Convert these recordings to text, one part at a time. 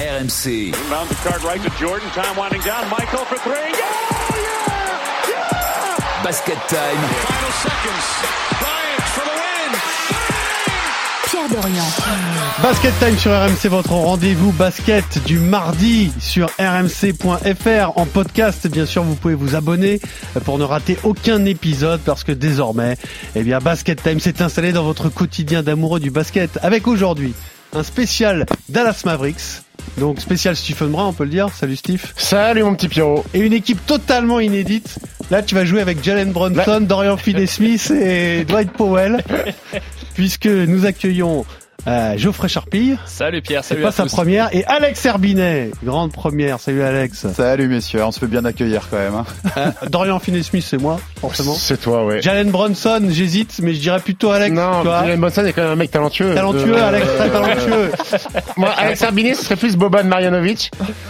RMC. Inbound the card right to Jordan. Time winding down. Michael for three. Yeah! Yeah! Basket time. Final seconds. Bryant for the win. Pierre Dorian. Basket time sur RMC, votre rendez-vous basket du mardi sur rmc.fr. En podcast, bien sûr, vous pouvez vous abonner pour ne rater aucun épisode parce que désormais, Basket time s'est installé dans votre quotidien d'amoureux du basket avec aujourd'hui un spécial Dallas Mavericks. Donc spécial Stephen Brun, on peut le dire. Salut Steve. Salut mon petit Pierrot. Et une équipe totalement inédite. Là, tu vas jouer avec Jalen Brunson, Dorian Finney-Smith et Dwight Powell, puisque nous accueillons Geoffrey Charpille. Salut Pierre, salut à tous. C'est pas sa première. Et Alex Herbinet, grande première. Salut Alex. Salut messieurs, on se fait bien accueillir quand même. Dorian Finney-Smith, c'est moi, forcément. C'est toi, ouais. Jalen Brunson, j'hésite, mais je dirais plutôt Alex. Non, Jalen Brunson est quand même un mec talentueux. Talentueux, Alex, très talentueux. Moi, Alex Herbinet, ce serait plus Boban Marjanovic.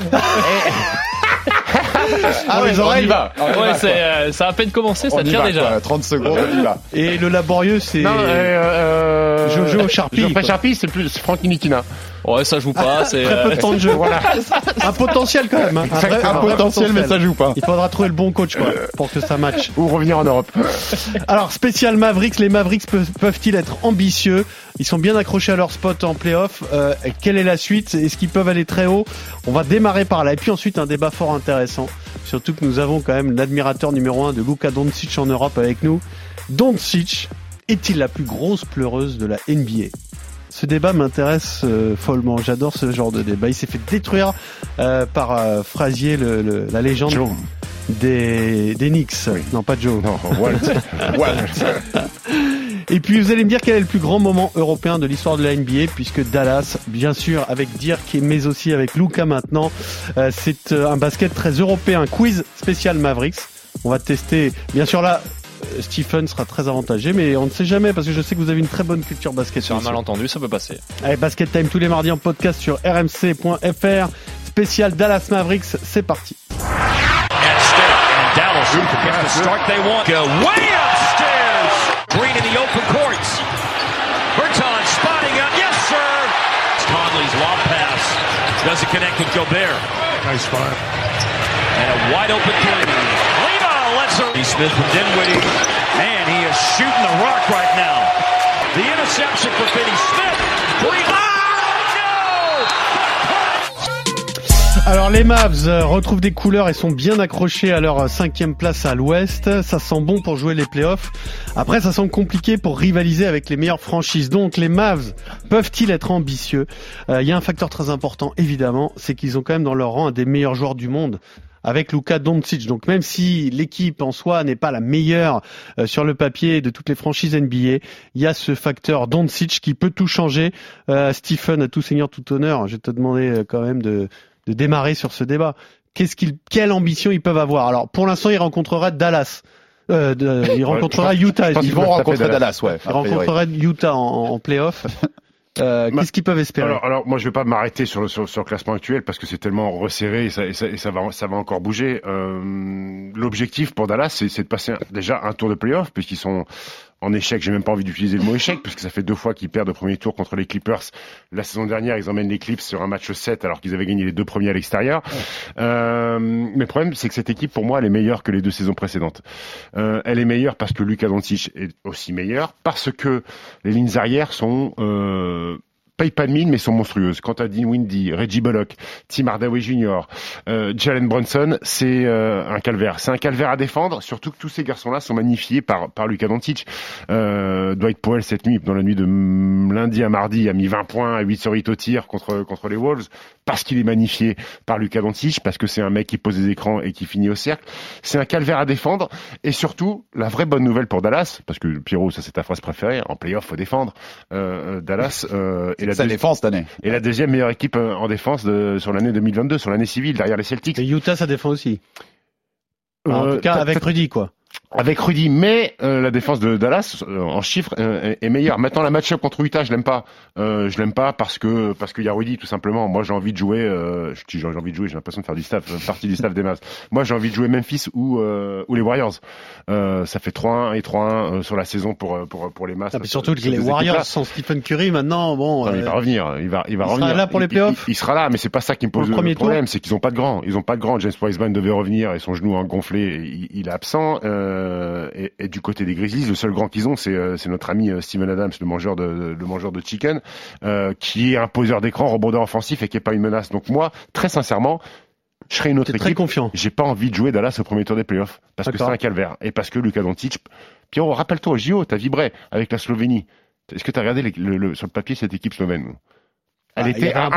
Les oreilles. Ça a à peine commencé, ça tire déjà. Quoi, 30 secondes, on y va. Et le laborieux, c'est Jojo Charpille. Geoffrey Charpille, c'est plus Frankie Nikina. Ouais, ça joue pas. C'est très peu de temps de jeu. Voilà. Un potentiel quand même. Un potentiel, mais ça joue pas. Il faudra trouver le bon coach pour que ça matche. Ou revenir en Europe. Alors, spécial Mavericks. Les Mavericks peuvent-ils être ambitieux? Ils sont bien accrochés à leur spot en play-off. Quelle est la suite? Est-ce qu'ils peuvent aller très haut? On va démarrer par là. Et puis ensuite, un débat fort intéressant. Surtout que nous avons quand même l'admirateur numéro 1 de Luka Doncic en Europe avec nous. Doncic est-il la plus grosse pleureuse de la NBA? Ce débat m'intéresse follement. J'adore ce genre de débat. Il s'est fait détruire par Frazier, la légende Joe. des Knicks. Oui. Non, pas Joe. Non, Walt. Et puis vous allez me dire quel est le plus grand moment européen de l'histoire de la NBA, puisque Dallas, bien sûr, avec Dirk, mais aussi avec Luka maintenant, c'est un basket très européen. Quiz spécial Mavericks. On va tester, bien sûr là, Stephen sera très avantagé, mais on ne sait jamais parce que je sais que vous avez une très bonne culture basket. Sur un malentendu, ça peut passer. Allez, Basket Time tous les mardis en podcast sur rmc.fr. Spécial Dallas Mavericks, c'est parti. Dallas gets the start they want. Go way upstairs. Green in the open courts. Berton spotting up. Yes, sir. Conley's lob pass doesn't connect with Gobert. Nice spot. And a wide open three. Lima lets her. Smith from Dinwiddie. Man, he is shooting the rock right now. The interception for Finney Smith. Three. Alors les Mavs retrouvent des couleurs et sont bien accrochés à leur 5e place à l'ouest. Ça sent bon pour jouer les playoffs. Après, ça semble compliqué pour rivaliser avec les meilleures franchises. Donc les Mavs peuvent-ils être ambitieux? Il y a un facteur très important, évidemment, c'est qu'ils ont quand même dans leur rang un des meilleurs joueurs du monde, avec Luka Doncic. Donc même si l'équipe en soi n'est pas la meilleure sur le papier de toutes les franchises NBA, il y a ce facteur Doncic qui peut tout changer. Stephen, à tout seigneur, tout honneur, je vais te demander quand même de démarrer sur ce débat. Quelle ambition ils peuvent avoir? Alors, pour l'instant, ils rencontrera Dallas. Ils rencontrera Utah. Ils vont rencontrer Dallas, ouais. Ils rencontreraient Utah en play-off. Qu'est-ce qu'ils peuvent espérer? Alors, moi, je vais pas m'arrêter sur le classement actuel parce que c'est tellement resserré et ça va encore bouger. L'objectif pour Dallas, c'est de passer déjà un tour de play-off puisqu'ils sont en échec. J'ai même pas envie d'utiliser le mot échec puisque ça fait 2 fois qu'ils perdent au premier tour contre les Clippers. La saison dernière, ils emmènent les Clips sur un match 7 alors qu'ils avaient gagné les 2 premiers à l'extérieur. Mais le problème, c'est que cette équipe, pour moi, elle est meilleure que les 2 saisons précédentes. Elle est meilleure parce que Luka Doncic est aussi meilleur, parce que les lignes arrières sont payent pas de mine, mais sont monstrueuses. Quant à Dinwiddie, Reggie Bullock, Tim Hardaway Jr., Jalen Brunson, c'est un calvaire. C'est un calvaire à défendre, surtout que tous ces garçons-là sont magnifiés par Luka Doncic. Dwight Powell, cette nuit, dans la nuit de lundi à mardi, a mis 20 points, 8 sur 8 au tir contre les Wolves, parce qu'il est magnifié par Luka Doncic, parce que c'est un mec qui pose des écrans et qui finit au cercle. C'est un calvaire à défendre, et surtout, la vraie bonne nouvelle pour Dallas, parce que Pierrot, ça c'est ta phrase préférée, en play-off, faut défendre. Dallas est défense cette année. Et la deuxième meilleure équipe en défense sur l'année 2022, sur l'année civile, derrière les Celtics. Et Utah, ça défend aussi. En tout cas, avec Rudy, quoi. Avec Rudy, mais la défense de Dallas en chiffres est meilleure. Maintenant, la match-up contre Utah, je l'aime pas. Je l'aime pas parce que y a Rudy, tout simplement. Moi, j'ai envie de jouer. J'ai envie de jouer. J'ai l'impression de faire partie du staff des Mavs. Moi, j'ai envie de jouer Memphis ou les Warriors. Ça fait 3-1 et 3-1 sur la saison pour les Mavs. Ah, mais surtout que les Warriors sans Stephen Curry, maintenant, bon. Il va revenir. Il va revenir. Sera là pour les playoffs. Il sera là, mais c'est pas ça qui me pose le problème. C'est qu'ils ont pas de grands. Ils ont pas de grands. James Wiseman devait revenir et son genou a gonflé. Il est absent. Et du côté des Grizzlies, le seul grand qu'ils ont, c'est notre ami Steven Adams, le mangeur de chicken, qui est un poseur d'écran, rebondeur offensif et qui est pas une menace. Donc moi, très sincèrement, je serais une autre équipe. Très confiant. J'ai pas envie de jouer Dallas au premier tour des playoffs parce que c'est un calvaire et parce que Luka Doncic. Pierrot, rappelle-toi au JO, t'as vibré avec la Slovénie. Est-ce que t'as regardé sur le papier cette équipe slovène? Elle était à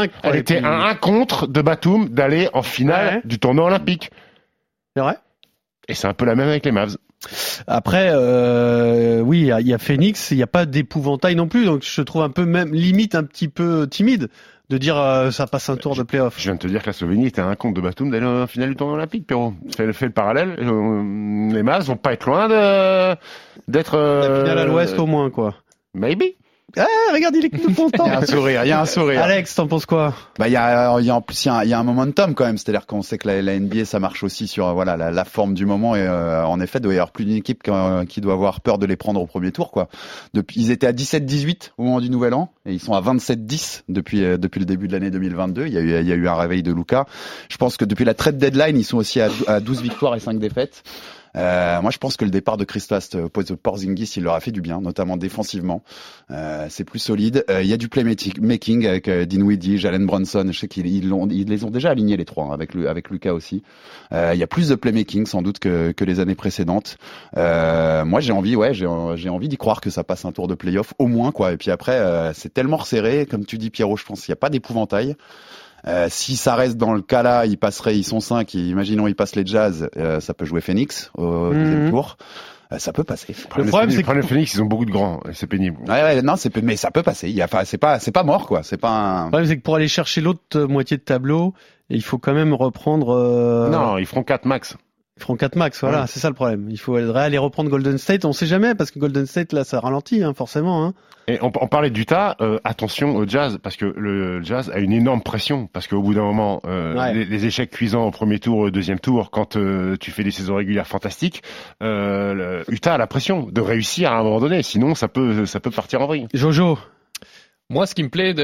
1 contre de Batum d'aller en finale du tournoi olympique. C'est vrai? Et c'est un peu la même avec les Mavs. Après, oui, il y a Phoenix, il n'y a pas d'épouvantail non plus, donc je trouve un peu même limite un petit peu timide de dire ça passe un tour de play-off. Je viens de te dire que la Slovénie était à 1 contre de Batum d'aller en finale du tournoi olympique, Pierrot. Fais le parallèle. Les Mavs vont pas être loin d'être la finale à l'Ouest au moins, quoi. Maybe. Ah, regarde, il est tout content. Il y a un sourire. Alex, t'en penses quoi? Il y a un momentum quand même. C'est-à-dire qu'on sait que la NBA, ça marche aussi sur, la forme du moment. Et, en effet, il doit y avoir plus d'une équipe qui doit avoir peur de les prendre au premier tour, quoi. Ils étaient à 17-18 au moment du Nouvel An. Et ils sont à 27-10 depuis le début de l'année 2022. Il y a eu un réveil de Luka. Je pense que depuis la trade deadline, ils sont aussi à 12 victoires et 5 défaites. Moi, je pense que le départ de Kristaps Porzingis, il leur a fait du bien, notamment défensivement. C'est plus solide. Il y a du playmaking avec Dinwiddie, Jalen Brunson. Je sais qu'ils les ont déjà alignés les trois, hein, avec Luka aussi. Il y a plus de playmaking sans doute que les années précédentes. Moi, j'ai envie d'y croire que ça passe un tour de play-off au moins, quoi. Et puis après, c'est tellement resserré, comme tu dis, Pierrot. Je pense qu'il n'y a pas d'épouvantail. Si ça reste dans le cas là, ils sont 5, imaginons ils passent les Jazz, ça peut jouer Phoenix au deuxième tour. Ça peut passer. Le problème, c'est que les Phoenix, ils ont beaucoup de grands, et c'est pénible. Non, mais ça peut passer. C'est pas mort, quoi. C'est pas un... Le problème, c'est que pour aller chercher l'autre moitié de tableau, il faut quand même reprendre, Non, ils feront 4 max. Ils feront 4 max, voilà, ouais. C'est ça le problème. Il faudrait aller reprendre Golden State, on sait jamais, parce que Golden State, là, ça ralentit, hein, forcément, hein. Et on parlait d'Utah, attention au Jazz, parce que le Jazz a une énorme pression, parce qu'au bout d'un moment, les échecs cuisants au premier tour, au deuxième tour, quand tu fais des saisons régulières fantastiques, Utah a la pression de réussir à un moment donné, sinon ça peut partir en vrille. Jojo. Moi, ce qui me plaît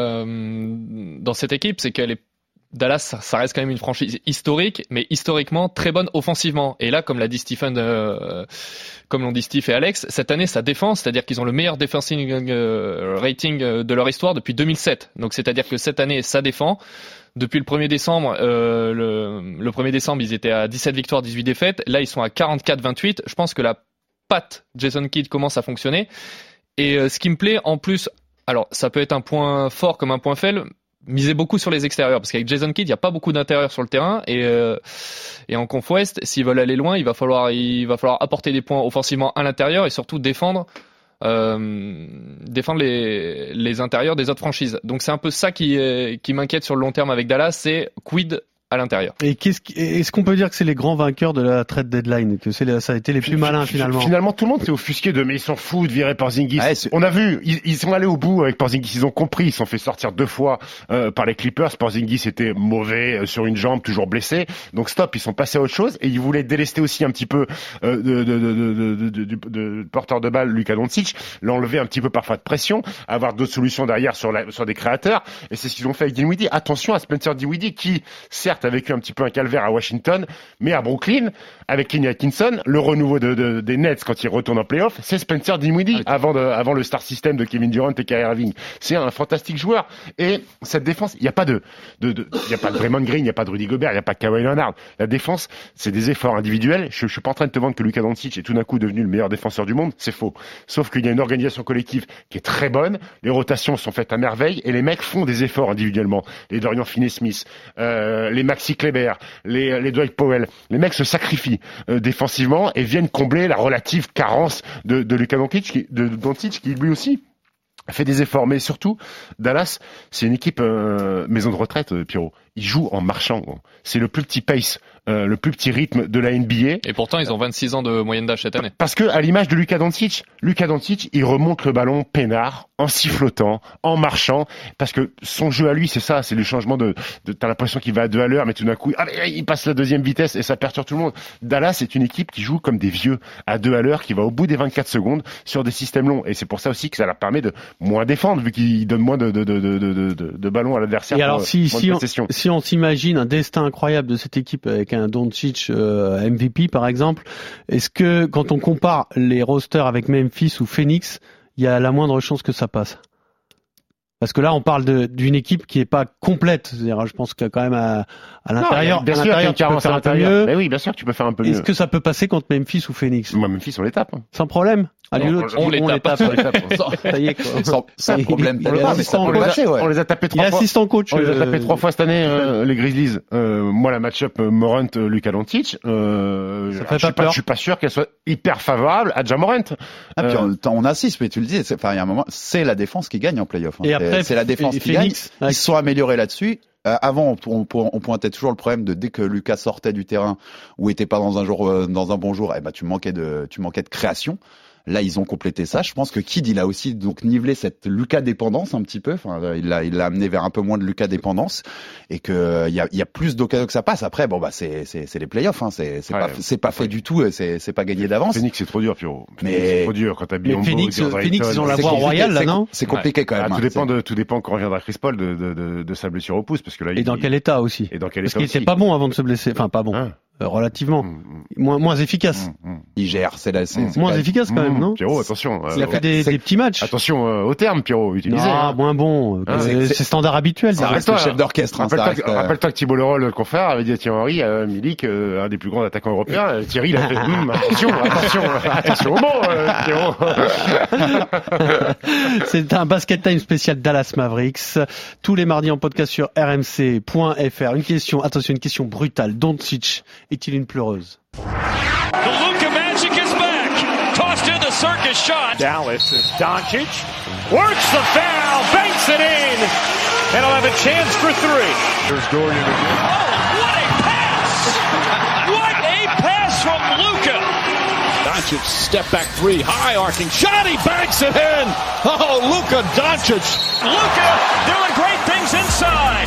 dans cette équipe, c'est qu'elle est Dallas, ça reste quand même une franchise historique, mais historiquement très bonne offensivement. Et là, comme l'ont dit Steve et Alex, cette année, ça défend, c'est-à-dire qu'ils ont le meilleur defensive rating de leur histoire depuis 2007. Donc, c'est-à-dire que cette année, ça défend. Depuis le 1er décembre, le 1er décembre, ils étaient à 17 victoires, 18 défaites. Là, ils sont à 44-28. Je pense que la patte Jason Kidd commence à fonctionner. Et ce qui me plaît, en plus, alors, ça peut être un point fort comme un point faible, miser beaucoup sur les extérieurs, parce qu'avec Jason Kidd, il n'y a pas beaucoup d'intérieurs sur le terrain, et en Conf Ouest, s'ils veulent aller loin, il va falloir apporter des points offensivement à l'intérieur et surtout défendre les intérieurs des autres franchises. Donc c'est un peu ça qui m'inquiète sur le long terme avec Dallas, c'est quid à l'intérieur. Et est-ce qu'on peut dire que c'est les grands vainqueurs de la trade deadline, que ça a été les plus malins finalement? Finalement, tout le monde s'est offusqué de mais ils s'en foutent de virer Porzingis. On a vu, ils sont allés au bout avec Porzingis, ils ont compris, ils se sont fait sortir 2 fois par les Clippers. Porzingis était mauvais sur une jambe, toujours blessé. Donc stop, ils sont passés à autre chose et ils voulaient délester aussi un petit peu de porteur de balle Luka Doncic, l'enlever un petit peu parfois de pression, avoir d'autres solutions derrière sur des créateurs. Et c'est ce qu'ils ont fait avec Dinwiddie. Attention à Spencer Dinwiddie qui certes a vécu un petit peu un calvaire à Washington, mais à Brooklyn, avec Kenny Atkinson, le renouveau des Nets quand il retourne en playoff, c'est Spencer Dinwiddie avant le star system de Kevin Durant et Kyrie Irving. C'est un fantastique joueur. Et cette défense, il n'y a pas de Draymond Green, il n'y a pas de Rudy Gobert, il n'y a pas de Kawhi Leonard. La défense, c'est des efforts individuels. Je suis pas en train de te vendre que Luka Doncic est tout d'un coup devenu le meilleur défenseur du monde. C'est faux. Sauf qu'il y a une organisation collective qui est très bonne. Les rotations sont faites à merveille et les mecs font des efforts individuellement. Les Dorian Finney-Smith, les Maxi Kleber, les Dwight Powell, les mecs se sacrifient défensivement et viennent combler la relative carence de Luka Doncic qui lui aussi fait des efforts. Mais surtout, Dallas, c'est une équipe maison de retraite, Pierrot. Ils jouent en marchant. C'est le plus petit pace le plus petit rythme de la NBA. Et pourtant, ils ont 26 ans de moyenne d'âge cette année. Parce que, à l'image de Luka Doncic, il remonte le ballon peinard, en sifflotant, en marchant, parce que son jeu à lui, c'est ça, c'est le changement t'as l'impression qu'il va à 2 à l'heure, mais tout d'un coup, il passe la deuxième vitesse et ça perturbe tout le monde. Dallas, c'est une équipe qui joue comme des vieux, à 2 à l'heure, qui va au bout des 24 secondes sur des systèmes longs. Et c'est pour ça aussi que ça leur permet de moins défendre, vu qu'ils donnent moins de ballons à l'adversaire. Et alors, si on s'imagine un destin incroyable de cette équipe avec un Doncic MVP, par exemple, est-ce que, quand on compare les rosters avec Memphis ou Phoenix, il y a la moindre chance que ça passe? Parce que là, on parle d'une équipe qui est pas complète. C'est-à-dire, je pense que quand même à l'intérieur, tu peux faire un peu mieux. Mais oui, bien sûr, tu peux faire un peu mieux. Est-ce que ça peut passer contre Memphis ou Phoenix? Moi, Memphis, on les tape. Sans problème. On les tape. Ça y est, quoi. Sans problème. On les a tapés 3 fois. Il est assistant coach. On les a tapés 3 fois cette année, les Grizzlies. Moi, la match-up Morant, Luka Doncic, je suis pas sûr qu'elle soit hyper favorable à Ja Morant. Puis on assiste, mais tu le dis, il y a un moment, c'est la défense qui gagne en play-off. Et après, c'est la défense qui gagne. Ils se sont améliorés là-dessus. Avant, on pointait toujours le problème de dès que Lucas sortait du terrain ou était pas dans un bon jour, tu manquais de création. Là, ils ont complété ça. Je pense que Kidd, il a aussi donc nivelé cette Lucas dépendance un petit peu. Enfin, il l'a amené vers un peu moins de Lucas dépendance et que il y a plus d'occasions que ça passe. Après, c'est les playoffs. Hein. C'est pas fait du tout. C'est pas gagné d'avance. Phoenix, c'est trop dur, Pierrot. Mais c'est trop dur quand t'as Biombo. Phoenix, ils ont la voie royale là, non? C'est compliqué quand même. Tout dépend quand reviendra Chris Paul de sa blessure au pouce, parce que là. Et dans quel état aussi? Parce qu'il était pas bon avant de se blesser. Enfin, pas bon. Relativement moins efficace. Il gère, c'est moins efficace quand même, non? Pierrot, attention. Il a fait des petits matchs. Attention au terme, Pierrot, utilisé. Non, moins bon. C'est standard habituel. Ça reste le chef d'orchestre. Rappelle-toi que Thibault Leroy, le confrère, avait dit à Thierry Henry, Milik, un des plus grands attaquants européens. Thierry, il a fait attention au mot, Pierrot. C'est un Basket Time spécial Dallas Mavericks. Tous les mardis en podcast sur rmc.fr. Une question brutale. Doncic est-il une pleureuse? The Luka Magic is back. Tossed in the circus shot. Dallas, Doncic works the foul, banks it in, and he'll have a chance for 3. There's Dorian again. Oh, what a pass! What a pass from Luka! Doncic step back 3, high arcing shot, he banks it in. Oh, Luka Doncic. Luka doing great things inside.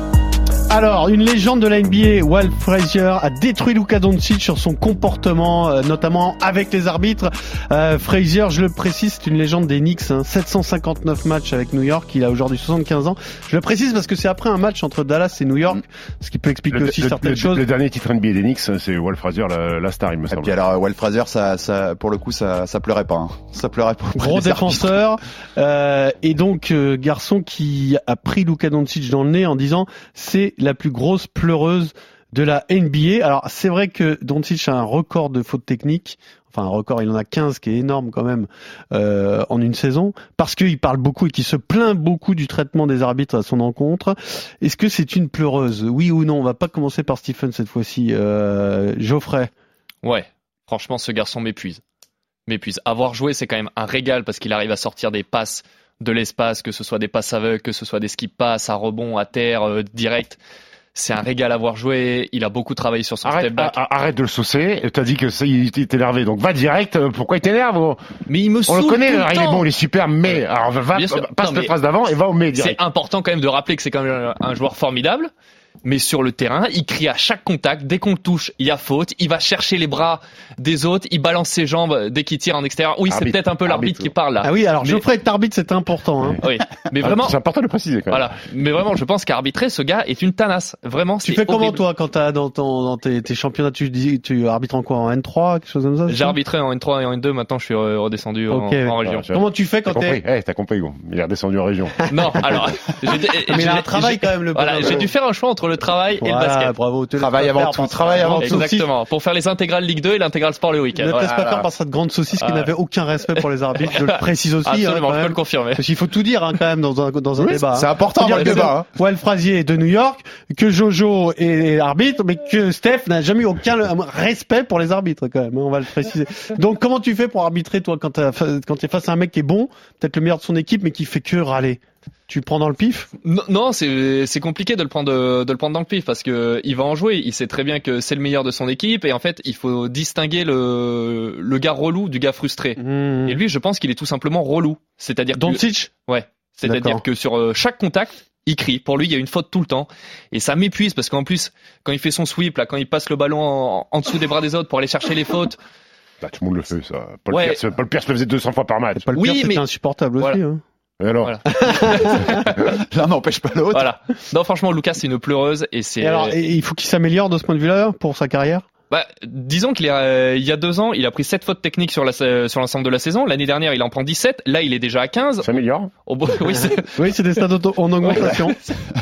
Alors, une légende de la NBA, Walt Frazier, a détruit Luka Doncic sur son comportement, notamment avec les arbitres. Frazier, je le précise, c'est une légende des Knicks, 759 matchs avec New York, il a aujourd'hui 75 ans. Je le précise parce que c'est après un match entre Dallas et New York, ce qui peut expliquer aussi certaines choses. Le dernier titre NBA des Knicks, c'est Walt Frazier, la star, il me semble. Et puis alors, Walt Frazier, ça, pour le coup, ça pleurait pas. Ça pleurait pas. Gros défenseur, et donc, garçon qui a pris Luka Doncic dans le nez en disant, c'est la plus grosse pleureuse de la NBA. Alors, c'est vrai que Doncic a un record de fautes techniques. Enfin, un record, il en a 15, qui est énorme quand même, en une saison. Parce qu'il parle beaucoup et qu'il se plaint beaucoup du traitement des arbitres à son encontre. Est-ce que c'est une pleureuse? Oui ou non? On va pas commencer par Stephen cette fois-ci. Geoffrey. Ouais. Franchement, ce garçon m'épuise. Avoir joué, c'est quand même un régal parce qu'il arrive à sortir des passes de l'espace, que ce soit des passes aveugles, que ce soit des skip passes, à rebond, à terre, direct. C'est un régal à voir jouer. Il a beaucoup travaillé sur son step back. Arrête de le saucer. T'as dit que ça, il était énervé. Donc va direct. Pourquoi il t'énerve? Mais il me saoule. On le connaît. Il est bon, il est super. Mais alors passe la phrase d'avant et va au mais direct. C'est important quand même de rappeler que c'est quand même un joueur formidable. Mais sur le terrain, il crie à chaque contact. Dès qu'on le touche, il y a faute. Il va chercher les bras des autres. Il balance ses jambes dès qu'il tire en extérieur. Oui, c'est peut-être un peu l'arbitre qui parle là. Ah oui, alors Geoffrey est arbitre, c'est important. Hein. Oui, mais vraiment. C'est important de le préciser quand même. Voilà. Mais vraiment, je pense qu'arbitrer, ce gars est une tanasse. Vraiment, tu fais comment toi quand t'as dans tes championnats, tu arbitres en quoi, en N3, quelque chose comme ça? J'ai arbitré en N3 et en N2. Maintenant, je suis redescendu en région. Comment tu fais quand t'as compris, bon. Il est redescendu en région. Non, alors. Mais il a un travail quand même, le. Voilà, j'ai dû faire un choix entre le travail et le basket. Bravo, travail avant tout. Exactement. Pour faire les intégrales Ligue 2 et l'intégrale sport le week-end. Ne te laisse pas faire par cette grande saucisse qui n'avait aucun respect pour les arbitres. Je le précise aussi. Absolument, je peux le confirmer. Parce qu'il faut tout dire, quand même, dans un débat. C'est important dans le débat. Walt Frazier est de New York, que Jojo est arbitre, mais que Steph n'a jamais eu aucun respect pour les arbitres, quand même. On va le préciser. Donc, comment tu fais pour arbitrer, toi, quand t'es face à un mec qui est bon, peut-être le meilleur de son équipe, mais qui fait que râler? Tu le prends dans le pif? Non, c'est compliqué de le prendre dans le pif parce que il va en jouer. Il sait très bien que c'est le meilleur de son équipe et en fait, il faut distinguer le gars relou du gars frustré. Et lui, je pense qu'il est tout simplement relou. C'est-à-dire Doncic? Ouais. C'est-à-dire que sur chaque contact, il crie. Pour lui, il y a une faute tout le temps. Et ça m'épuise parce qu'en plus, quand il fait son sweep, là, quand il passe le ballon en dessous des bras des autres pour aller chercher les fautes. Bah, tout le monde le fait, ça. Paul Pierce le faisait 200 fois par match. Paul Pierce, c'était insupportable aussi, hein. Et alors? Voilà. L'un n'empêche pas l'autre. Voilà. Non, franchement, Lucas, c'est une pleureuse et c'est. Et alors, il faut qu'il s'améliore de ce point de vue-là pour sa carrière? Bah, disons qu'il il y a 2 ans, il a pris 7 fautes techniques sur l'ensemble de la saison. L'année dernière, il en prend 17. Là, il est déjà à 15. Ça s'améliore. Oui, c'est des stats en augmentation.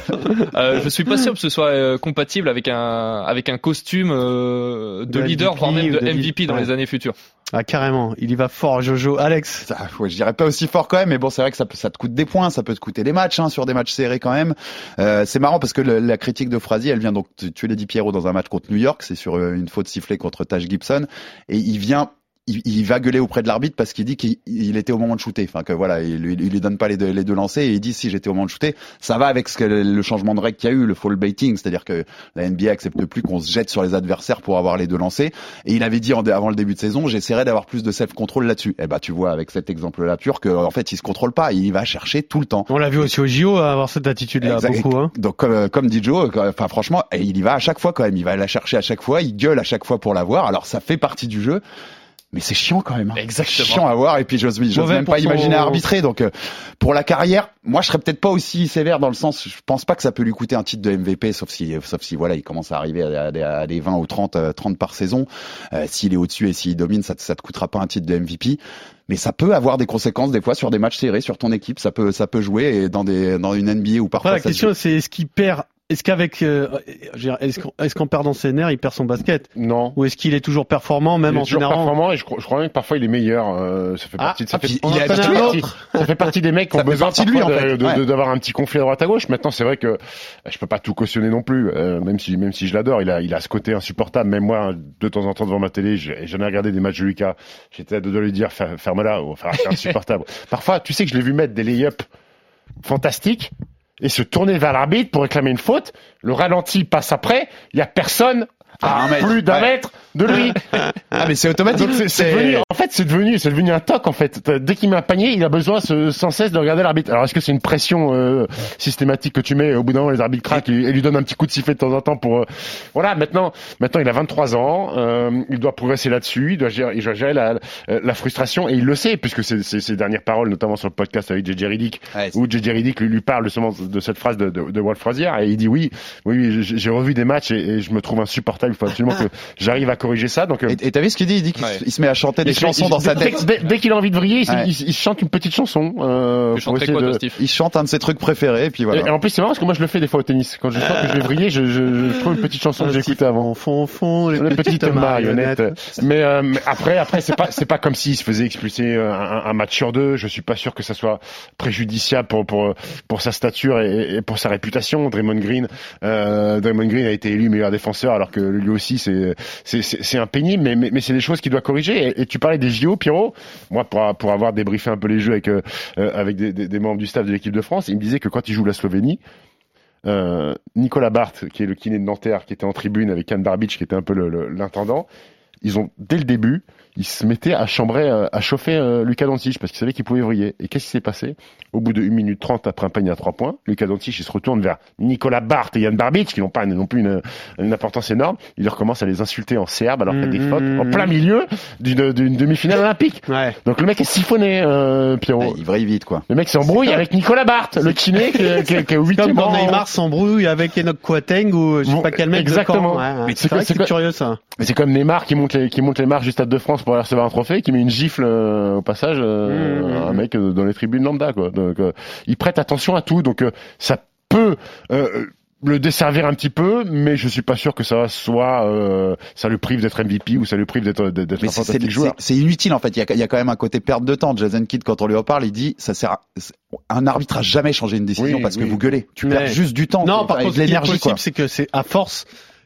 Je suis pas sûr que ce soit compatible avec un costume de leader, voire même de MVP dans les années futures. Ah, carrément. Il y va fort, Jojo. Alex. Je dirais pas aussi fort quand même, mais bon, c'est vrai que ça te coûte des points, ça peut te coûter des matchs, sur des matchs serrés quand même. C'est marrant parce que la critique de Frazier, elle vient donc, tu l'as dit Pierrot, dans un match contre New York, c'est sur une faute sifflée contre Taj Gibson, et il va gueuler auprès de l'arbitre parce qu'il dit qu'il était au moment de shooter. Enfin que voilà, il lui donne pas les deux lancers et il dit si j'étais au moment de shooter. Ça va avec le changement de règle qu'il y a eu, le fall baiting, c'est-à-dire que la NBA accepte plus qu'on se jette sur les adversaires pour avoir les 2 lancers. Et il avait dit avant le début de saison, j'essaierai d'avoir plus de self-control là-dessus. Et bah tu vois avec cet exemple-là pur que en fait il se contrôle pas, il va chercher tout le temps. On l'a vu aussi au JO avoir cette attitude-là beaucoup. Hein. Donc comme dit Joe, enfin franchement, il y va à chaque fois quand même. Il va la chercher à chaque fois, il gueule à chaque fois pour l'avoir. Alors ça fait partie du jeu. Mais c'est chiant quand même. Exactement. Chiant à voir et puis j'ose même pas imaginer arbitrer. Donc pour la carrière, moi je serais peut-être pas aussi sévère dans le sens, je pense pas que ça peut lui coûter un titre de MVP, sauf si voilà, il commence à arriver à des 20 ou 30 par saison. S'il est au-dessus et s'il domine, ça te coûtera pas un titre de MVP. Mais ça peut avoir des conséquences des fois sur des matchs serrés, sur ton équipe. Ça peut jouer et dans une NBA où parfois. La question c'est est-ce qu'il perd? Est-ce qu'avec, est-ce qu'en perdant ses nerfs, il perd son basket? Non. Ou est-ce qu'il est toujours performant, même en général? Performant, et je crois même que parfois il est meilleur. Ça fait partie. Ça fait partie des mecs qui ont besoin de lui en fait. D'avoir un petit conflit à droite à gauche. Maintenant, c'est vrai que je peux pas tout cautionner non plus. Même si je l'adore, il a ce côté insupportable. Même moi, de temps en temps devant ma télé, j'en ai regardé des matchs de Lucas. J'étais à deux de lui dire ferme-la, ou c'est insupportable. Parfois, tu sais que je l'ai vu mettre des lay-ups fantastiques. Et se tourner vers l'arbitre pour réclamer une faute, le ralenti passe après, il y a personne à plus d'un mètre de lui. Ah mais c'est automatique. Donc c'est devenu un toc en fait. Dès qu'il met un panier, il a besoin sans cesse de regarder l'arbitre. Alors est-ce que c'est une pression systématique que tu mets au bout d'un moment, les arbitres craquent et lui donnent un petit coup de sifflet de temps en temps pour voilà, maintenant il a 23 ans, il doit progresser là-dessus, il doit gérer la frustration et il le sait puisque c'est ses dernières paroles notamment sur le podcast avec JJ Redick où JJ Redick lui parle justement de cette phrase de Walt Frazier et il dit oui, j'ai revu des matchs et je me trouve insupportable, il faut absolument que j'arrive à corriger ça. Donc et t'as vu ce qu'il dit? Il dit qu'il se met à chanter des chansons dans sa tête. Dès qu'il a envie de vriller, il chante une petite chanson. Il chante un de ses trucs préférés et puis voilà. Et en plus c'est marrant parce que moi je le fais des fois au tennis. Quand je sens que je vais vriller, je trouve une petite chanson que j'ai écoutée avant. Fond, les petites marionnettes. Mais après c'est pas comme s'il se faisait expulser un match sur 2. Je suis pas sûr que ça soit préjudiciable pour sa stature et pour sa réputation. Draymond Green a été élu meilleur défenseur alors que lui aussi c'est impénible, mais c'est des choses qu'il doit corriger. Et tu parlais des JO, Pierrot. Moi, pour avoir débriefé un peu les jeux avec des membres du staff de l'équipe de France, il me disait que quand il joue la Slovénie, Nicolas Barth, qui est le kiné de Nanterre, qui était en tribune avec Jan Barbic, qui était un peu l'intendant, ils ont dès le début, ils se mettaient à chauffer Luka Doncic parce qu'ils savaient qu'il pouvait vriller. Et qu'est-ce qui s'est passé? Au bout de 1 minute 30 après un panier à 3 points, Luka Doncic il se retourne vers Nicolas Barth et Jan Barbic qui n'ont pas non plus une importance énorme. Il recommence à les insulter en serbe alors qu'il y a des fautes en plein milieu d'une demi-finale olympique. Ouais. Donc le mec est siphonné, Pierrot. Ouais, il vrille vite quoi. Le mec s'embrouille avec Nicolas Barth, le kiné qui est au 8e rang. Comme quand Neymar s'embrouille avec Enoch Kouateng ou je sais pas quel mec. Exactement. Mais c'est curieux ça. Mais c'est comme Neymar qui monte les marches du Stade de France pour aller recevoir un trophée, qui met une gifle au passage un mec dans les tribunes lambda quoi. Donc il prête attention à tout, donc ça peut le desservir un petit peu, mais je suis pas sûr que ça le prive d'être MVP ou ça le prive d'être un fantastique joueur. C'est inutile en fait. Il y a quand même un côté perte de temps. Jason Kidd, quand on lui en parle, il dit un arbitre a jamais changé une décision parce que vous gueulez. Tu perds juste du temps. Non, par contre, ce qui est possible, c'est que c'est à force.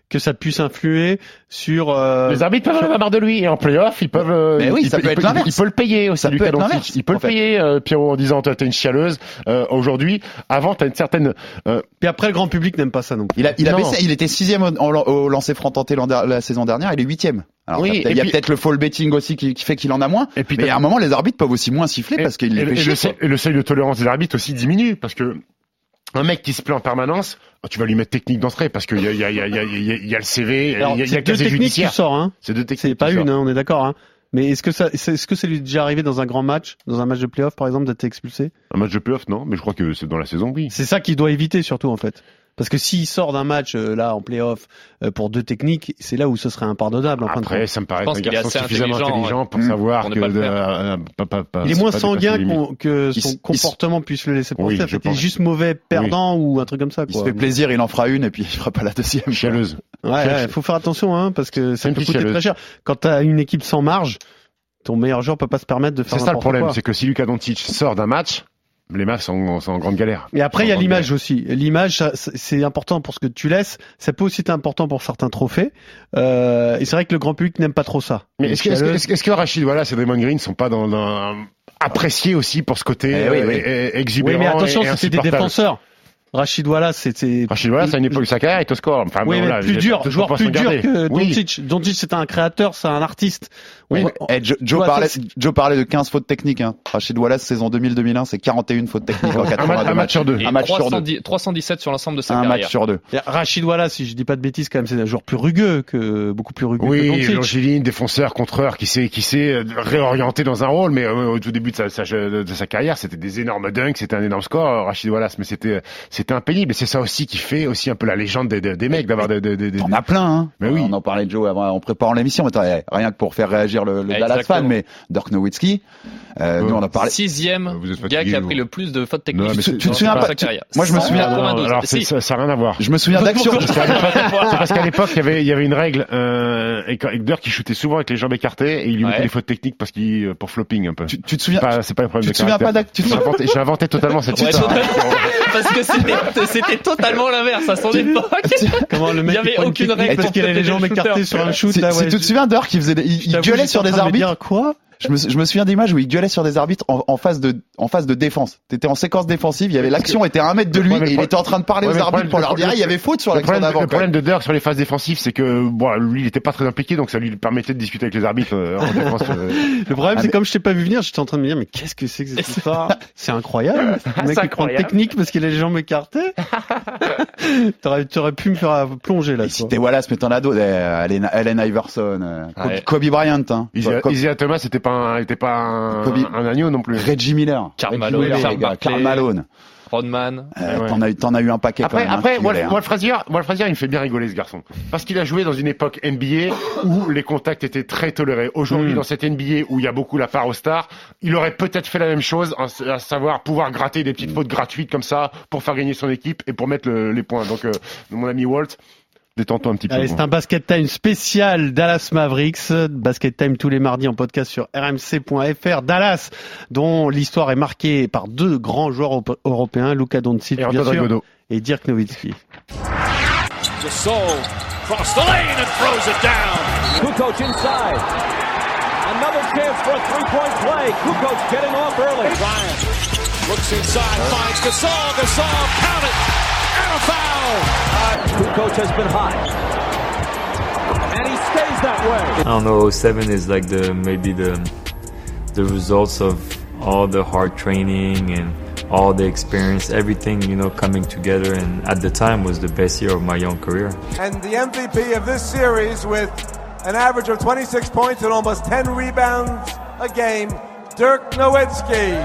que ça puisse influer sur les arbitres peuvent en avoir marre de lui et en play-off ils peuvent mais oui, ça peut être l'inverse. Il peut le payer aussi, Lucas Doncic. Il peut le payer, Pierrot, en disant toi t'es une chialeuse. Aujourd'hui, avant t'as une certaine. Puis après le grand public n'aime pas ça non plus. Il a baissé. Il était 6e au lancer franc tenté la saison dernière. Il est 8e. Alors oui, il y a peut-être le fall betting aussi qui fait qu'il en a moins. Et puis, mais à un moment, les arbitres peuvent aussi moins siffler parce qu'il les fait chier. Et le seuil de tolérance des arbitres aussi diminue parce que un mec qui se plaint en permanence, tu vas lui mettre technique d'entrée parce qu'il y a le CV, il y a le casier judiciaire. Qui sort, hein. C'est deux techniques. C'est pas une, hein, on est d'accord. Hein. Mais est-ce que c'est lui déjà arrivé dans un grand match, dans un match de play-off par exemple, d'être expulsé? Un match de play-off, non, mais je crois que c'est dans la saison, oui. C'est ça qu'il doit éviter surtout en fait. Parce que s'il sort d'un match là en play-off pour 2 techniques, c'est là où ce serait impardonnable. Après, ça me paraît un garçon suffisamment intelligent pour savoir que il est moins sanguin que son comportement puisse le laisser penser. Il est juste mauvais perdant ou un truc comme ça. Quoi. Il se fait plaisir, il en fera une et puis il fera pas la deuxième. Chialeuse. Ouais, faut faire attention hein, parce que ça peut coûter très cher. Quand t'as une équipe sans marge, ton meilleur joueur peut pas se permettre de faire n'importe quoi. C'est ça le problème, c'est que si Luka Doncic sort d'un match, les matchs sont en grande galère. Et après, il y a l'image aussi. L'image, c'est important pour ce que tu laisses. Ça peut aussi être important pour certains trophées. Et c'est vrai que le grand public n'aime pas trop ça. Mais est-ce que Rachid Wallace et Draymond Green sont pas appréciés aussi pour ce côté exubérant? Oui, mais attention, c'était des défenseurs. Rachid Wallace, c'était. Rachid Wallace, à une époque de sa carrière, il te score. Enfin, oui, mais joueur plus dur que Doncic. Oui. Doncic, c'est un créateur, c'est un artiste. Joe parlait de 15 fautes techniques, hein. Rachid Wallace, saison 2000-2001, c'est 41 fautes techniques en 82 matchs sur 2. Un match sur 2. 317 sur l'ensemble de sa carrière. Un match sur 2. Rachid Wallace, si je dis pas de bêtises, quand même, c'est un joueur plus rugueux beaucoup plus rugueux que Doncic. Oui, longiligne, défenseur, contreur, qui s'est réorienté dans un rôle, mais au tout début de sa carrière, c'était des énormes dunks, c'était un énorme score, Rachid Wallace, mais c'était impénible. Et c'est ça aussi qui fait aussi un peu la légende des mecs, d'avoir On a plein, hein. Mais oui. On en parlait de Joe avant, en préparant l'émission, rien que pour faire réagir le Dallas fan, mais Dirk Nowitzki, nous on a parlé. 6e gars qui a pris le plus de fautes techniques. Tu te souviens pas? Moi je me souviens. Alors ça n'a rien à voir. Je me souviens d'actions. C'est parce qu'à l'époque il y avait une règle et Dirk qui shootait souvent avec les jambes écartées et il lui mettait les fautes techniques pour flopping un peu. Tu te souviens? C'est pas le problème. Tu te souviens pas J'ai inventé totalement cette histoire. Parce que c'était totalement l'inverse à son époque. Comment le mec il y avait aucune règle parce qu'il avait les jambes écartées sur un shoot. Si tu te souviens Dirk, il gueulait sur des arbitres. Quoi? Je me souviens d'images où il gueulait sur des arbitres en phase de défense. T'étais en séquence défensive, il y avait l'action était à 1 mètre de lui et il était en train de parler aux arbitres pour leur dire il y avait faute sur l'action d'avant. Le problème de Dirk sur les phases défensives, c'est que lui il était pas très impliqué, donc ça lui permettait de discuter avec les arbitres en défense. Le problème c'est comme je t'ai pas vu venir, j'étais en train de me dire mais qu'est-ce que c'est que cette histoire? C'est incroyable. Le mec qui prend technique parce qu'il a les jambes écartées. T'aurais pu me faire plonger là. C'était Wallace, mais t'en as d'autres. Allen Iverson, Kobe Bryant. Isaiah Thomas, c'était pas un agneau non plus. Reggie Miller. Karl Malone. Rodman. T'en as eu un paquet quand même. Après, Walt Frazier, il me fait bien rigoler ce garçon. Parce qu'il a joué dans une époque NBA où les contacts étaient très tolérés. Aujourd'hui, dans cette NBA où il y a beaucoup la part aux stars, il aurait peut-être fait la même chose, à savoir pouvoir gratter des petites fautes gratuites comme ça pour faire gagner son équipe et pour mettre les points. Donc, mon ami Walt, détends-toi un petit peu. Allez, c'est un Basket Time spécial Dallas Mavericks. Basket Time tous les mardis en podcast sur rmc.fr. Dallas, dont l'histoire est marquée par 2 grands joueurs européens, Luka Doncic, bien sûr, et Dirk Nowitzki. Gasol cross the lane and throws it down. Kukoc inside. Another chance for a three-point play. Kukoc getting off early. Bryant looks inside, finds Gasol. Gasol, count it. And a foul! Kukoc has been hot. And he stays that way. I don't know, 07 is like maybe the results of all the hard training and all the experience, everything, coming together, and at the time was the best year of my young career. And the MVP of this series with an average of 26 points and almost 10 rebounds a game, Dirk Nowitzki.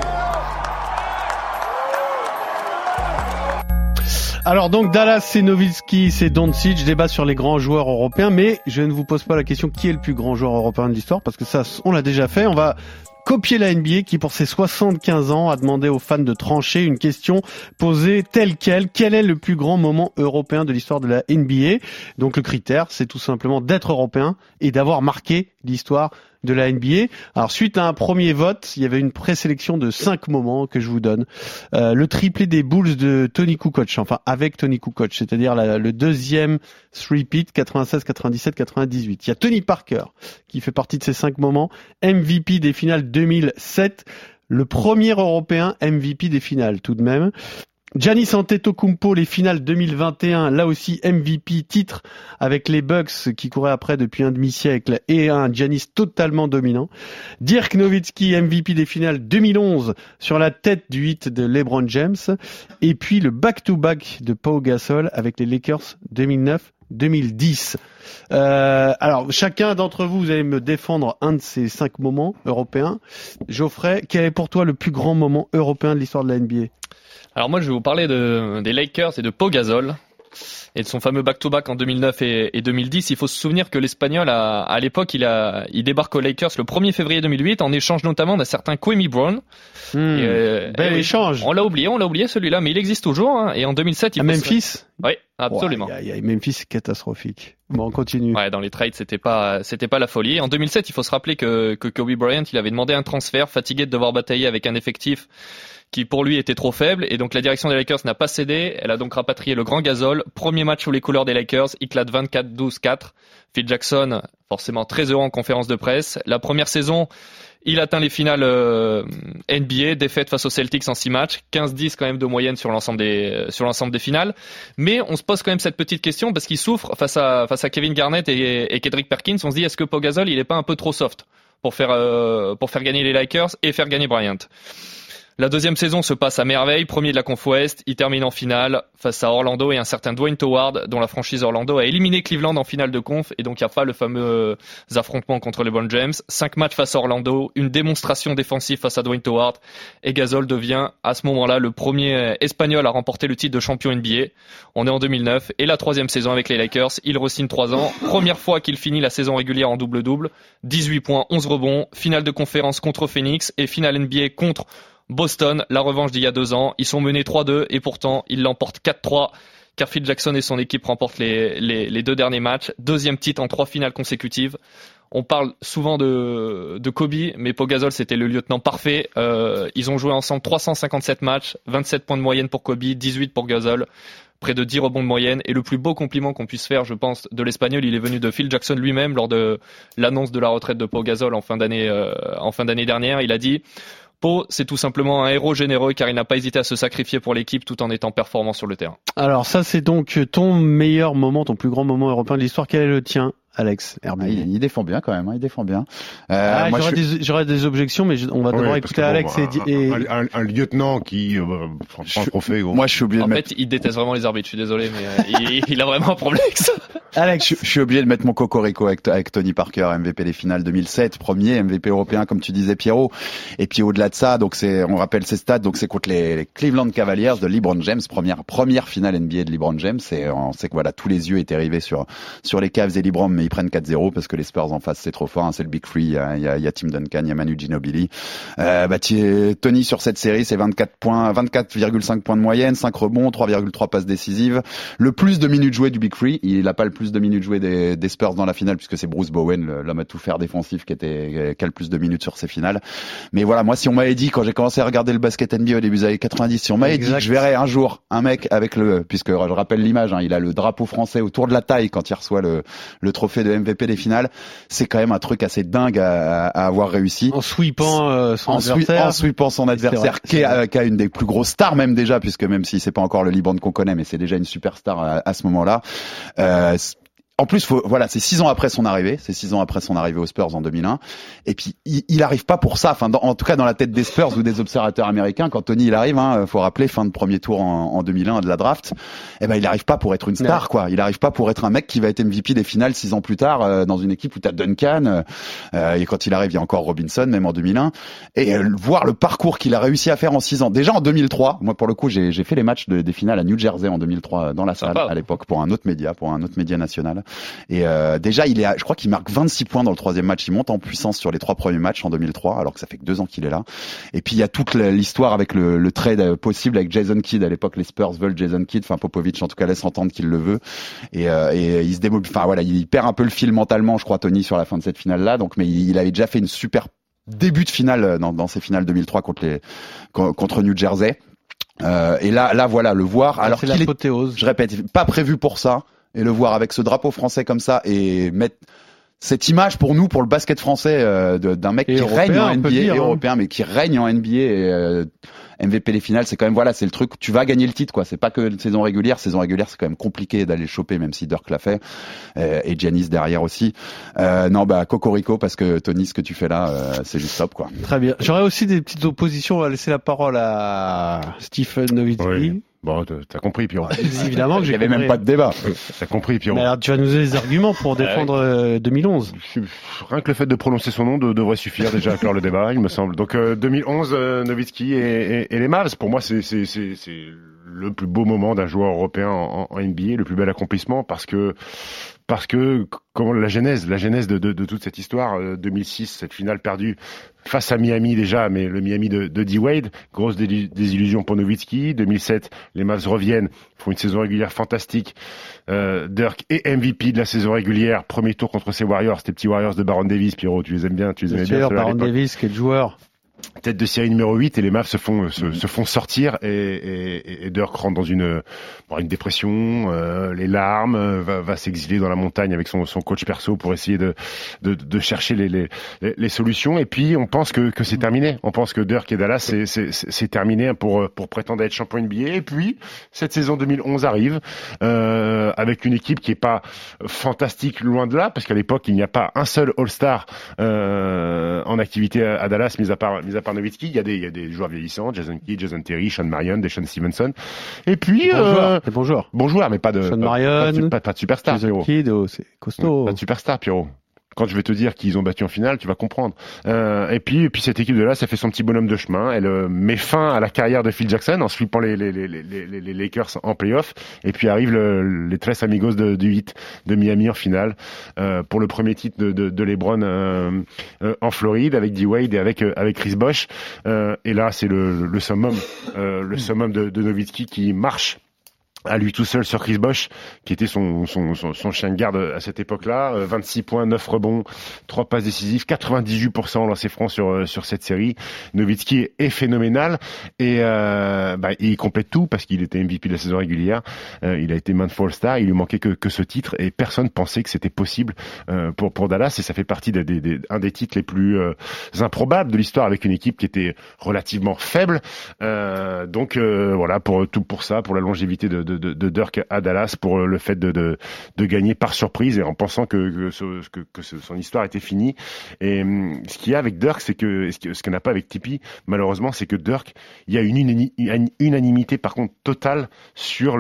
Alors donc Dallas, c'est Nowitzki, c'est Doncic, débat sur les grands joueurs européens, mais je ne vous pose pas la question qui est le plus grand joueur européen de l'histoire, parce que ça, on l'a déjà fait. On va copier la NBA qui, pour ses 75 ans, a demandé aux fans de trancher une question posée telle quelle. Quel est le plus grand moment européen de l'histoire de la NBA? Donc le critère, c'est tout simplement d'être européen et d'avoir marqué l'histoire de la NBA. Alors suite à un premier vote, il y avait une présélection de 5 moments que je vous donne. Le triplé des Bulls de Tony Kukoc, enfin avec Tony Kukoc, c'est-à-dire le deuxième three-peat 96, 97, 98. Il y a Tony Parker qui fait partie de ces 5 moments, MVP des finales 2007, le premier Européen MVP des finales tout de même. Giannis Antetokounmpo, les finales 2021, là aussi MVP titre avec les Bucks qui couraient après depuis un demi-siècle et un Giannis totalement dominant. Dirk Nowitzki, MVP des finales 2011 sur la tête du hit de LeBron James. Et puis le back-to-back de Pau Gasol avec les Lakers 2009-2010. Alors, chacun d'entre vous, vous allez me défendre un de ces 5 moments européens. Geoffrey, quel est pour toi le plus grand moment européen de l'histoire de la NBA ? Alors moi, je vais vous parler des Lakers et de Pau Gasol et de son fameux back-to-back en 2009 et 2010. Il faut se souvenir que l'Espagnol, à l'époque, il débarque aux Lakers le 1er février 2008 en échange notamment d'un certain Kwame Brown. Bel échange. On l'a oublié celui-là, mais il existe toujours. Hein, et en 2007, il Memphis. Oui, absolument. Memphis, c'est catastrophique. Bon, on continue. Ouais, dans les trades, c'était pas la folie. En 2007, il faut se rappeler que Kobe Bryant, il avait demandé un transfert, fatigué de devoir batailler avec un effectif qui pour lui était trop faible, et donc la direction des Lakers n'a pas cédé. Elle a donc rapatrié le grand Gasol. Premier match sous les couleurs des Lakers, éclate 24-12-4. Phil Jackson, forcément très heureux en conférence de presse. La première saison, il atteint les finales NBA, défaite face aux Celtics en 6 matchs, 15-10 quand même de moyenne sur l'ensemble des finales. Mais on se pose quand même cette petite question parce qu'il souffre face à Kevin Garnett et Kendrick Perkins. On se dit, est-ce que Pau Gasol, il est pas un peu trop soft pour faire gagner les Lakers et faire gagner Bryant? La deuxième saison se passe à merveille, premier de la Conf Ouest, il termine en finale face à Orlando et un certain Dwayne Howard, dont la franchise Orlando a éliminé Cleveland en finale de conf, et donc il n'y a pas le fameux affrontement contre LeBron James. 5 matchs face à Orlando, une démonstration défensive face à Dwayne Howard, et Gasol devient à ce moment-là le premier Espagnol à remporter le titre de champion NBA. On est en 2009, et la troisième saison avec les Lakers, il re-signe 3 ans, première fois qu'il finit la saison régulière en double-double, 18 points, 11 rebonds, finale de conférence contre Phoenix, et finale NBA contre Boston, la revanche d'il y a 2 ans. Ils sont menés 3-2 et pourtant ils l'emportent 4-3 car Phil Jackson et son équipe remportent les 2 derniers matchs. Deuxième titre en 3 finales consécutives. On parle souvent de Kobe, mais Pau Gasol c'était le lieutenant parfait. Ils ont joué ensemble 357 matchs, 27 points de moyenne pour Kobe, 18 pour Gasol. Près de 10 rebonds de moyenne. Et le plus beau compliment qu'on puisse faire, je pense, de l'Espagnol, il est venu de Phil Jackson lui-même lors de l'annonce de la retraite de Pau Gasol en fin d'année dernière. Il a dit: Pau, c'est tout simplement un héros généreux car il n'a pas hésité à se sacrifier pour l'équipe tout en étant performant sur le terrain. Alors ça, c'est donc ton meilleur moment, ton plus grand moment européen de l'histoire. Quel est le tien, Alex Herbie? Il défend bien quand même, il défend bien. Moi, j'aurais des objections, mais on va devoir écouter Alex un lieutenant qui prend un trophée. Moi, je suis obligé de mettre... fait, il déteste vraiment les arbitres, je suis désolé, mais il a vraiment un problème avec ça. Alex, je suis obligé de mettre mon cocorico avec Tony Parker, MVP des finales 2007, premier MVP européen, comme tu disais, Pierrot. Et puis au-delà de ça, donc on rappelle ses stats, donc c'est contre les Cleveland Cavaliers de LeBron James, première finale NBA de LeBron James. Et on sait que voilà, tous les yeux étaient rivés sur les Cavs et LeBron, mais ils prennent 4-0 parce que les Spurs en face c'est trop fort, hein, c'est le Big Three, il y a Tim Duncan, il y a Manu Ginobili. Tony sur cette série, c'est 24,5 points de moyenne, 5 rebonds, 3,3 passes décisives, le plus de minutes jouées du Big Three. Il a pas le plus de minutes jouées des Spurs dans la finale puisque c'est Bruce Bowen, l'homme à tout faire défensif qui a le plus de minutes sur ces finales. Mais voilà, moi si on m'avait dit quand j'ai commencé à regarder le basket NBA au début des années 90, si on m'avait dit que je verrais un jour un mec avec puisque je rappelle l'image, hein, il a le drapeau français autour de la taille quand il reçoit le trophée de MVP des finales, c'est quand même un truc assez dingue à avoir réussi. En sweepant son adversaire. En sweepant son adversaire qui a une des plus grosses stars même déjà, puisque même si c'est pas encore le LeBron qu'on connaît, mais c'est déjà une superstar à ce moment-là. En plus, c'est 6 ans après son arrivée. C'est 6 ans après son arrivée aux Spurs en 2001. Et puis, il arrive pas pour ça. Enfin, en tout cas, dans la tête des Spurs ou des observateurs américains, quand Tony il arrive, faut rappeler, fin de premier tour en 2001 de la draft. Il arrive pas pour être une star, quoi. Il arrive pas pour être un mec qui va être MVP des finales 6 ans plus tard, dans une équipe où t'as Duncan, et quand il arrive, il y a encore Robinson, même en 2001. Et voir le parcours qu'il a réussi à faire en 6 ans. Déjà en 2003, moi, pour le coup, j'ai fait les matchs des finales à New Jersey en 2003 dans la salle, à l'époque, pour un autre média national. Et déjà, je crois qu'il marque 26 points dans le troisième match. Il monte en puissance sur les 3 premiers matchs en 2003, alors que ça fait que 2 ans qu'il est là. Et puis il y a toute l'histoire avec le trade possible avec Jason Kidd. À l'époque, les Spurs veulent Jason Kidd. Enfin, Popovich en tout cas laisse entendre qu'il le veut. Et il se démobile. Enfin voilà, il perd un peu le fil mentalement, je crois, Tony, sur la fin de cette finale-là. Donc, mais il avait déjà fait une super début de finale dans ces finales 2003 contre New Jersey. Et là, voilà, le voir. Alors c'est qu'il l'apothéose. Je répète, pas prévu pour ça. Et le voir avec ce drapeau français comme ça et mettre cette image pour nous, pour le basket français, d'un mec qui règne en NBA, européen, mais qui règne en NBA et MVP les finales, c'est quand même, voilà, c'est le truc, tu vas gagner le titre, quoi. C'est pas que saison régulière, c'est quand même compliqué d'aller le choper, même si Dirk l'a fait, et Giannis derrière aussi. Non, Cocorico, parce que Tony, ce que tu fais là, c'est juste top, quoi. Très bien. J'aurais aussi des petites oppositions. On va laisser la parole à Stephen Nowitzki. Oui. Bon, t'as compris, Pierrot. Évidemment que j'ai compris. Il y avait même pas de débat. T'as compris, Pierrot. Mais alors, tu vas nous donner les arguments pour défendre 2011. Rien que le fait de prononcer son nom devrait suffire déjà à clore le débat, il me semble. Donc 2011, Nowitzki et les Mavs, pour moi, c'est le plus beau moment d'un joueur européen en NBA, le plus bel accomplissement, parce que comment la genèse de toute cette histoire, 2006, cette finale perdue face à Miami déjà, mais le Miami de D-Wade, grosse désillusion pour Nowitzki. 2007, les Mavs reviennent, font une saison régulière fantastique. Dirk est MVP de la saison régulière, premier tour contre ces Warriors, ces petits Warriors de Baron Davis. Pierrot, tu les aimes bien, Baron Davis, quel joueur. Tête de série numéro 8 et les Mavs se font sortir et Dirk rentre dans une dépression, les larmes, va s'exiler dans la montagne avec son coach perso pour essayer de chercher les solutions. Et puis on pense que c'est terminé. On pense que Dirk et Dallas c'est terminé pour prétendre à être champion NBA. Et puis cette saison 2011 arrive avec une équipe qui est pas fantastique, loin de là, parce qu'à l'époque il n'y a pas un seul All-Star en activité à Dallas, mis à part Nowitzki. Il y a des joueurs vieillissants, Jason Kidd, Jason Terry, Sean Marion, Deshaun Stevenson. Et puis bon joueur, mais pas de Sean Marion, pas de superstar. Jason Kidd, c'est costaud. Pas de superstar, Pierrot. Quand je vais te dire qu'ils ont battu en finale, tu vas comprendre. Et puis cette équipe de là, ça fait son petit bonhomme de chemin. Elle met fin à la carrière de Phil Jackson en sweepant les Lakers en playoff. Et puis arrivent les Tres Amigos du 8 de Miami en finale pour le premier titre de LeBron en Floride avec D-Wade et avec Chris Bosh. Et là, c'est le summum, de Nowitzki qui marche à lui tout seul sur Chris Bosh, qui était son chien de garde à cette époque-là. 26 points, 9 rebonds, 3 passes décisives, 98% lancés francs sur cette série. Nowitzki est phénoménal et il complète tout parce qu'il était MVP de la saison régulière. Il a été maintes fois All-Star. Il lui manquait que ce titre et personne pensait que c'était possible pour Dallas, et ça fait partie un des titres les plus improbables de l'histoire, avec une équipe qui était relativement faible. Donc voilà, pour la longévité de Dirk à Dallas, pour le fait de gagner par surprise et en pensant que son histoire était finie. Et ce qu'il y a avec Dirk, c'est que ce qu'on n'a pas avec Tipeee, malheureusement, c'est que Dirk, il y a une unanimité par contre totale sur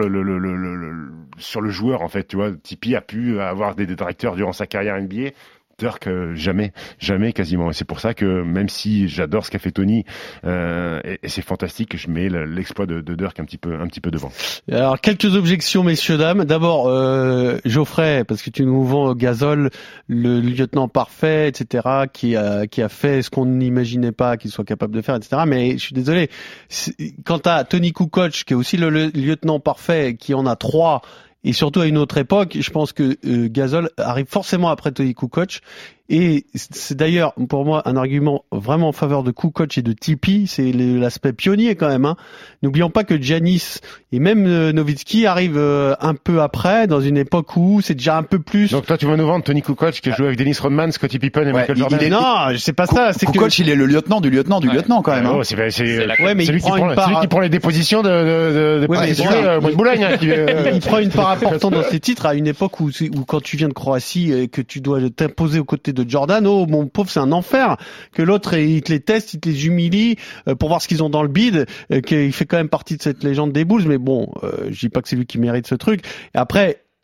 sur le joueur, en fait. Tu vois, Tipeee a pu avoir des détracteurs durant sa carrière NBA. Dirk, jamais quasiment. Et c'est pour ça que même si j'adore ce qu'a fait Tony et c'est fantastique, je mets l'exploit de Dirk un petit peu devant. Alors quelques objections, messieurs dames. D'abord Geoffrey, parce que tu nous vends Gasol, le lieutenant parfait, etc., qui a fait ce qu'on n'imaginait pas qu'il soit capable de faire, etc. Mais je suis désolé. Quant à Tony Kukoc, qui est aussi le lieutenant parfait, qui en a 3. Et surtout à une autre époque, je pense que Gasol arrive forcément après Tony Kukoc. Et c'est d'ailleurs pour moi un argument vraiment en faveur de Kukoc et de Tipeee, c'est l'aspect pionnier quand même. N'oublions pas que Giannis et même Nowitzki arrivent un peu après, dans une époque où c'est déjà un peu plus. Donc toi tu vas nous vendre Tony Kukoc qui a joué avec Dennis Rodman, Scottie Pippen et Michael Jordan. Non, c'est pas ça. C'est Kukoc, il est le lieutenant du lieutenant quand même. Oh, c'est lui qui prend les dépositions de Boulogne. Il prend une part importante dans ses titres à une époque où quand tu viens de Croatie et que tu dois t'imposer aux côtés de Jordan, oh mon pauvre, c'est un enfer, que l'autre il te les teste, il te les humilie pour voir ce qu'ils ont dans le bide, qu'il fait quand même partie de cette légende des Bulls, mais bon, je dis pas que c'est lui qui mérite ce truc. Et après,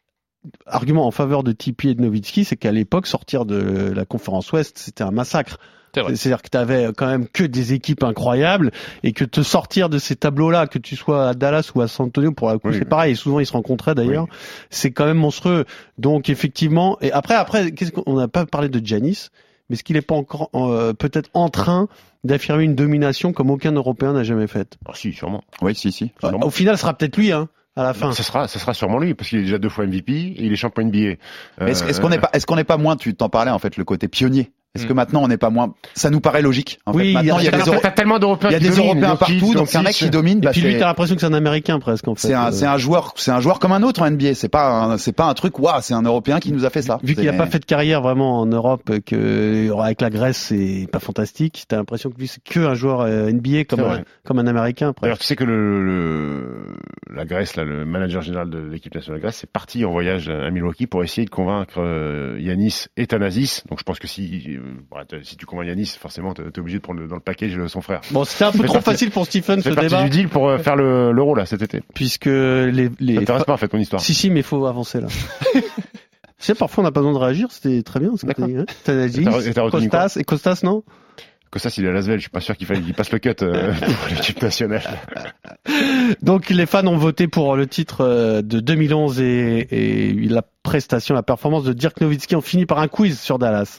argument en faveur de Tipeee et de Nowitzki, c'est qu'à l'époque, sortir de la conférence Ouest, c'était un massacre. C'est-à-dire que tu avais quand même que des équipes incroyables et que te sortir de ces tableaux-là, que tu sois à Dallas ou à San Antonio, pour la coup, c'est pareil. Et souvent, ils se rencontraient d'ailleurs. C'est quand même monstrueux. Donc, effectivement, et après, qu'est-ce qu'on n'a pas parlé de Giannis, mais est-ce qu'il n'est pas encore peut-être en train d'affirmer une domination comme aucun Européen n'a jamais faite? Ah si, sûrement. Oui, si. Au final, ce sera peut-être lui, hein. À la fin. Ça sera sûrement lui, parce qu'il est déjà 2 fois MVP et il est champion NBA. Est-ce qu'on n'est pas moins, tu t'en parlais en fait, le côté pionnier? Est-ce que maintenant on n'est pas moins, ça nous paraît logique. En fait, maintenant, t'as tellement d'Européens. Il y a des Européens partout, donc un mec qui domine. Et puis lui, t'as l'impression que c'est un Américain presque, en fait. C'est un joueur comme un autre en NBA. C'est pas un truc, waouh, c'est un Européen qui nous a fait ça. Vu qu'il a pas fait de carrière vraiment en Europe, que avec la Grèce c'est pas fantastique, t'as l'impression que lui c'est que un joueur NBA comme un Américain. D'ailleurs, tu sais que la Grèce, là, le manager général de l'équipe nationale de Grèce, c'est parti en voyage à Milwaukee pour essayer de convaincre Yanis et Thanasis. Donc je pense que si tu convaincs Yanis, forcément, t'es obligé de prendre dans le package son frère. Bon, c'était un peu trop facile pour Stephen ce débat. C'est parti du deal pour faire l'Euro là cet été. Puisque les ça t'intéresse pas en fait mon histoire. Si, mais il faut avancer là. Tu sais, parfois on n'a pas besoin de réagir. C'était très bien ce que t'as dit. Thanasis, Kostas, non? Kostas, il est à Lasvel. Je suis pas sûr qu'il passe le cut pour l'équipe nationale. Donc les fans ont voté pour le titre de 2011 et la prestation, la performance de Dirk Nowitzki ont fini par un quiz sur Dallas.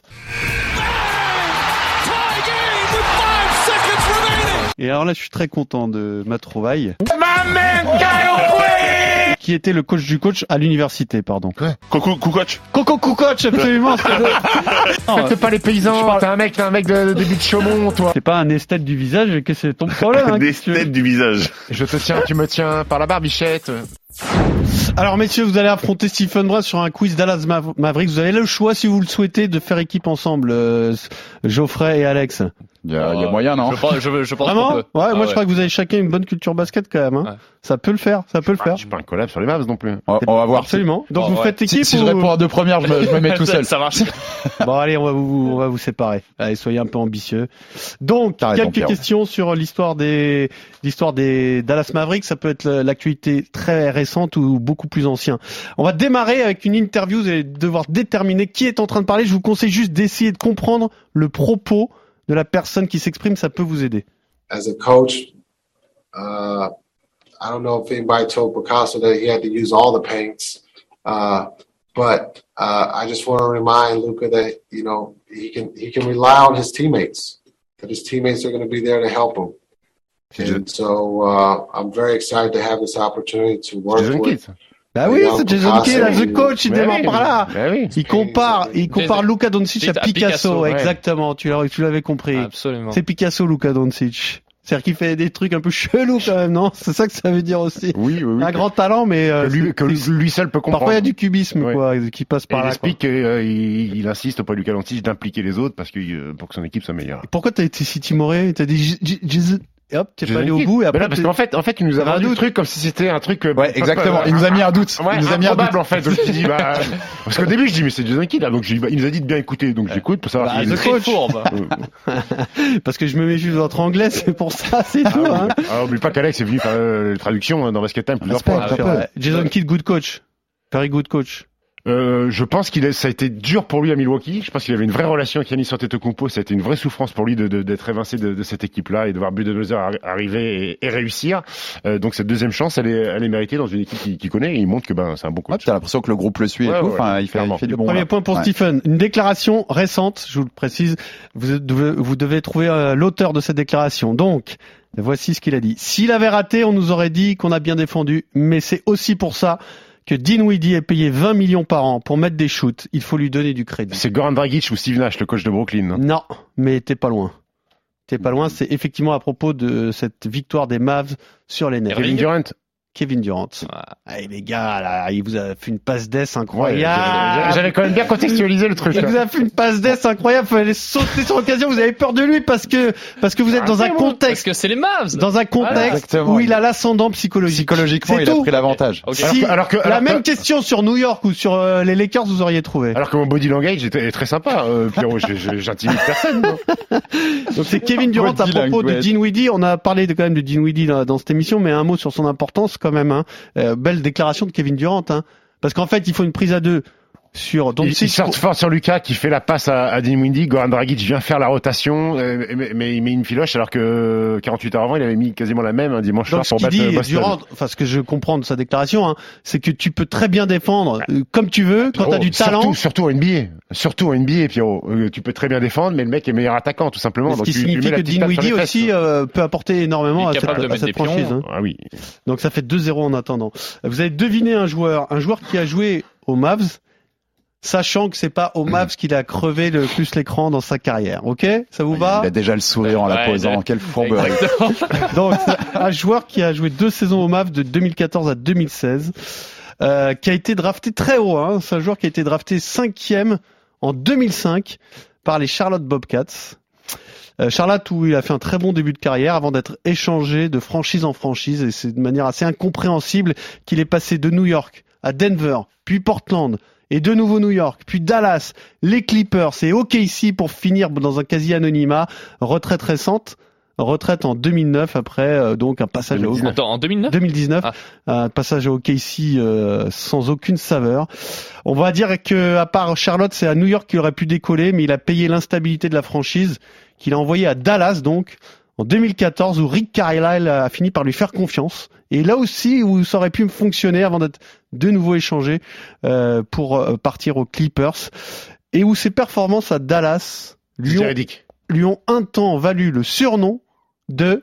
Et alors là, je suis très content de ma trouvaille. Qui était le coach du coach à l'université, pardon. Coco Kukoc, absolument. C'est pas les paysans. T'es un mec de début de Chaumont, toi. C'est pas un esthète du visage, et que c'est ton problème. Un esthète du visage. Tu me tiens par la barbichette. Alors messieurs, vous allez affronter Stephen Brun sur un quiz Dallas Mavericks. Vous avez le choix, si vous le souhaitez, de faire équipe ensemble, Geoffrey et Alex. Il y a moyen, non? Je pense vraiment? qu'on peut. Ouais, moi je crois que vous avez chacun une bonne culture basket quand même. Hein. Ouais. Ça peut le faire. Je suis pas un collab sur les Mavs non plus. On va voir. Absolument. Donc vous faites équipe. Si je réponds à deux premières, je me mets tout seul. Ça marche. Bon allez, on va vous séparer. Allez, soyez un peu ambitieux. Donc quelques questions sur l'histoire des Dallas Mavericks. Ça peut être l'actualité très récente ou beaucoup plus ancien. On va démarrer avec une interview. Vous allez devoir déterminer qui est en train de parler. Je vous conseille juste d'essayer de comprendre le propos de la personne qui s'exprime, ça peut vous aider. As a coach, I don't know if anybody told Picasso that he had to use all the paints, but I just want to remind Luka that he can rely on his teammates, that his teammates are going to be there to help him. And so I'm very excited to have this opportunity to work with. Bah oui, c'est Jason Kidd, the coach, il démarre par là. Il compare Luka Doncic à Picasso, exactement. Tu l'avais compris. Absolument. C'est Picasso, Luka Doncic. C'est-à-dire qu'il fait des trucs un peu chelous quand même, non? C'est ça que ça veut dire aussi. Oui. Un grand talent, mais que lui seul peut comprendre. Parfois il y a du cubisme, quoi, qui passe par là. Il explique qu'il insiste auprès de Luka Doncic d'impliquer les autres pour que son équipe soit meilleure. Et pourquoi t'as été si timoré? T'as dit et hop, t'es pas allé au bout et après. Parce qu'en fait, il nous a vendu le truc comme si c'était un truc. Ouais, exactement. Il nous a mis un doute. Ouais, il nous a mis un doute en fait. Donc je dis parce qu'au début je dis mais c'est Jason Kidd là, donc il nous a dit de bien écouter, donc j'écoute pour savoir s'il est coach. Parce que je me méfie de votre anglais, c'est pour ça, c'est tout. Hein. Alors oublie pas qu'Alex est venu faire la traduction dans Basket Time plusieurs fois. Jason Kidd, good coach, very good coach. Je pense ça a été dur pour lui à Milwaukee. Je pense qu'il avait une vraie relation avec Giannis Antetokounmpo. Ça a été une vraie souffrance pour lui d'être évincé de cette équipe-là et de voir Budenholzer arriver et réussir. Donc cette deuxième chance, elle est méritée dans une équipe qui connaît et il montre que c'est un bon coach. T'as l'impression que le groupe le suit et tout. Enfin, il fait du bon. Premier point pour Stephen. Une déclaration récente, je vous le précise. Vous devez trouver l'auteur de cette déclaration. Donc, voici ce qu'il a dit. S'il avait raté, on nous aurait dit qu'on a bien défendu, mais c'est aussi pour ça que Dinwiddie est payé 20 millions par an pour mettre des shoots. Il faut lui donner du crédit. C'est Goran Dragic ou Steve Nash, le coach de Brooklyn. Non, mais t'es pas loin. C'est effectivement à propos de cette victoire des Mavs sur les Nets. Kevin Durant. Allez, les gars, là, il vous a fait une passe d'ess incroyable. J'avais quand même bien contextualisé le truc. Il vous a fait une passe d'ess incroyable. Fallait sauter sur l'occasion. Vous avez peur de lui parce que vous êtes dans un contexte. Parce que c'est les Mavs. Dans un contexte où il a l'ascendant psychologique. Psychologiquement, il a pris l'avantage. Okay. Alors que la même question sur New York ou sur les Lakers, vous auriez trouvé. Alors que mon body language est très sympa, Pierrot. J'intimide personne. Donc c'est Kevin Durant à propos de Dinwiddie. On a parlé quand même de Dinwiddie dans cette émission, mais un mot sur son importance quand même. Belle déclaration de Kevin Durant. Parce qu'en fait, il faut une prise à 2 sur Doncic. Il sort fort sur Lucas qui fait la passe à Dinwiddie. Goran Dragic vient faire la rotation, mais il met une filoche alors que 48 heures avant, il avait mis quasiment la même un dimanche soir pour battre Boston. Ce que je comprends de sa déclaration, c'est que tu peux très bien défendre comme tu veux quand t'as du talent. Surtout en NBA, Pierrot. Tu peux très bien défendre, mais le mec est meilleur attaquant, tout simplement. Ce qui signifie que Dinwiddie aussi peut apporter énormément à cette franchise. Ah oui. Donc ça fait 2-0 en attendant. Vous avez deviné un joueur qui a joué aux Mavs, sachant que c'est pas aux Mavs qu'il a crevé le plus l'écran dans sa carrière. Ok, ça vous va? Il a déjà le sourire en la posant. Quelle fourberie. Donc, un joueur qui a joué 2 saisons aux Mavs de 2014 à 2016, qui a été drafté très haut. C'est un joueur qui a été drafté 5e en 2005 par les Charlotte Bobcats. Charlotte où il a fait un très bon début de carrière avant d'être échangé de franchise en franchise, et c'est de manière assez incompréhensible qu'il est passé de New York à Denver, puis Portland, et de nouveau New York, puis Dallas, les Clippers et OKC pour finir dans un quasi-anonymat. Retraite récente, retraite en 2009 après donc un passage en 2019 un passage à OKC sans aucune saveur. On va dire que à part Charlotte, c'est à New York qu'il aurait pu décoller, mais il a payé l'instabilité de la franchise qu'il a envoyé à Dallas donc en 2014 où Rick Carlisle a fini par lui faire confiance. Et là aussi où ça aurait pu fonctionner avant d'être de nouveau échangé pour partir aux Clippers, et où ses performances à Dallas lui ont un temps valu le surnom de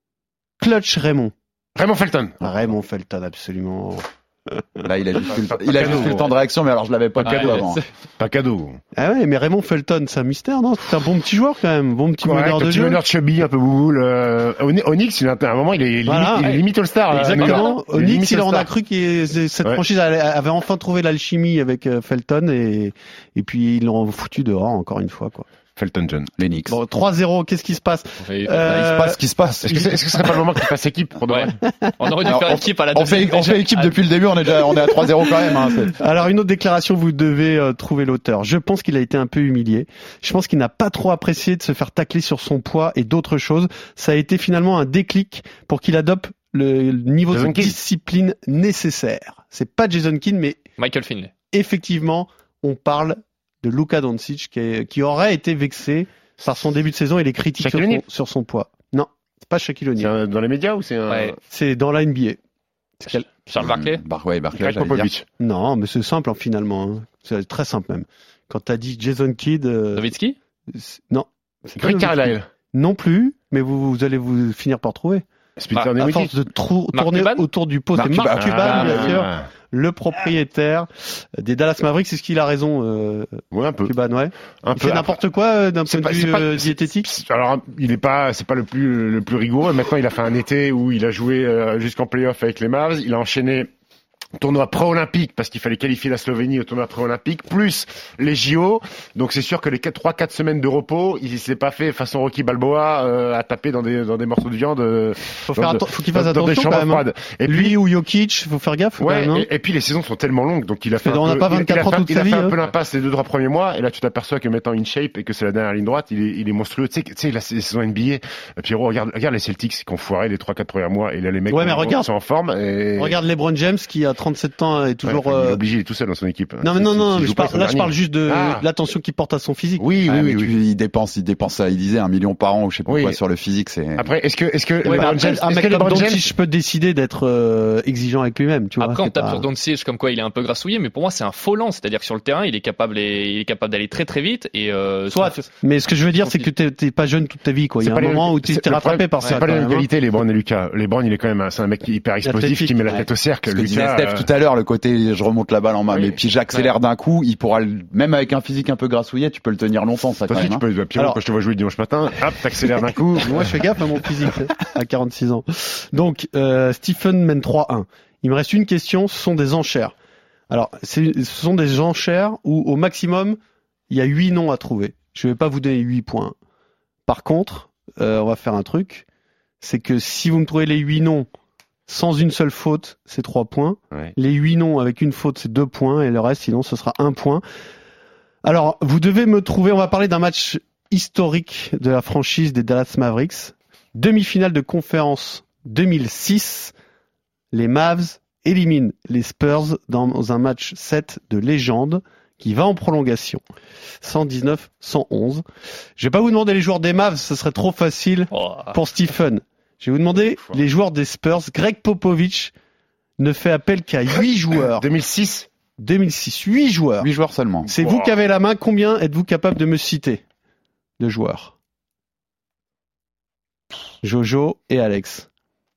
Clutch Raymond. Raymond Felton. Raymond Felton, absolument. Là, il a juste le temps de réaction, mais alors je l'avais pas cadeau avant. Pas cadeau. Ah ouais, mais Raymond Felton, c'est un mystère, non? C'est un bon petit joueur quand même, bon petit meneur de jeu. Un petit meneur de chubby, un peu bouboule. Onyx, à un moment, il est limite All-Star. Exactement. Onyx, on a cru que cette franchise avait enfin trouvé l'alchimie avec Felton, et puis ils l'ont foutu dehors encore une fois, quoi. Felton John, les Knicks. Bon, 3-0, qu'est-ce qui se passe? Il se passe ce qui se passe. Est-ce que ce serait pas le moment qu'il fasse équipe pour de vrai? On aurait dû faire équipe à la deuxième. On fait équipe depuis le début, on est à 3-0 quand même. Alors, une autre déclaration, vous devez trouver l'auteur. Je pense qu'il a été un peu humilié. Je pense qu'il n'a pas trop apprécié de se faire tacler sur son poids et d'autres choses. Ça a été finalement un déclic pour qu'il adopte le niveau de discipline nécessaire. C'est pas Jason Kidd, mais Michael Finley. Effectivement, on parle de Luka Doncic qui aurait été vexé par son début de saison et les critiques sur son poids. Non, c'est pas Shaquille O'Neal. C'est dans les médias ou c'est C'est dans la NBA. Charles Barkley. Barkley. Non, mais c'est simple finalement. C'est très simple même. Quand t'as dit Jason Kidd, Nowitzki. Non. Rick Carlisle. Non plus, mais vous allez vous finir par trouver. À force de tourner autour du pot, c'est Mark Cuban, bien sûr, le propriétaire des Dallas Mavericks. C'est ce qu'il a raison, un peu. Cuban, ouais. Il fait n'importe quoi d'un point de vue diététique. Alors, c'est pas le plus rigoureux. Maintenant, il a fait un été où il a joué jusqu'en play-off avec les Mavs. Il a enchaîné tournoi pré-olympique parce qu'il fallait qualifier la Slovénie au tournoi pré-olympique plus les JO. Donc c'est sûr que les 3-4 semaines de repos, il s'est pas fait façon Rocky Balboa à taper dans des morceaux de viande. Faut qu'il fasse attention quand même. Et lui ou Jokic, faut faire gaffe. Ouais. Quand même, et puis les saisons sont tellement longues, donc il a fait on n'a pas 24 ans toute sa vie. Il a fait un peu l'impasse les 2-3 premiers mois, et là tu t'aperçois que mettant in shape et que c'est la dernière ligne droite, il est monstrueux. Tu sais la saison NBA, Pierrot, regarde les Celtics qui ont foiré les 3-4 premiers mois, et là les mecs sont en forme. Et... Regarde LeBron James qui a 37 ans et toujours il est obligé, il est tout seul dans son équipe. Non, je parle juste de l'attention qu'il porte à son physique. Oui. Il dépense ça, il disait 1 million par an ou je sais pas quoi sur le physique, c'est. Après, est-ce que un mec comme Doncic peut décider d'être exigeant avec lui-même, tu vois. Après, on tape sur Doncic comme quoi il est un peu grassouillé, mais pour moi, c'est un faux lent. C'est-à-dire que sur le terrain, il est capable d'aller très très vite et mais ce que je veux dire, c'est que t'es pas jeune toute ta vie, quoi. Il y a un moment où t'es rattrapé par ça. C'est pas la même qualité, LeBron et Lucas. LeBron, il est quand même, c'est un mec hyper explosif qui met la tête au cercle. Ce que disait Steph tout à l'heure, le côté je remonte la balle en main, mais puis j'accélère d'un coup, il pourra, même avec un physique un peu grassouillet, tu peux le tenir longtemps, ça, quand même. Tu peux, Pierrot, quand je te vois jouer le dimanche matin, hop, t'accélères d'un coup. Moi, je fais gaffe à mon physique, à 46 ans. Donc, Stephen mène 3-1. Il me reste une question, ce sont des enchères. Alors, ce sont des enchères où, au maximum, il y a 8 noms à trouver. Je vais pas vous donner 8 points. Par contre, on va faire un truc, c'est que si vous me trouvez les 8 noms sans une seule faute, c'est 3 points. Ouais. Les 8 noms avec une faute, c'est 2 points. Et le reste, sinon, ce sera 1 point. Alors, vous devez me trouver, on va parler d'un match historique de la franchise des Dallas Mavericks. Demi-finale de conférence 2006. Les Mavs élimine les Spurs dans un match 7 de légende qui va en prolongation. 119-111. Je vais pas vous demander les joueurs des Mavs, ce serait trop facile pour Stephen. Je vais vous demander les joueurs des Spurs. Greg Popovich ne fait appel qu'à 8 joueurs. 2006, 8 joueurs. 8 joueurs seulement. C'est vous qui avez la main. Combien êtes-vous capable de me citer de joueurs? Jojo et Alex.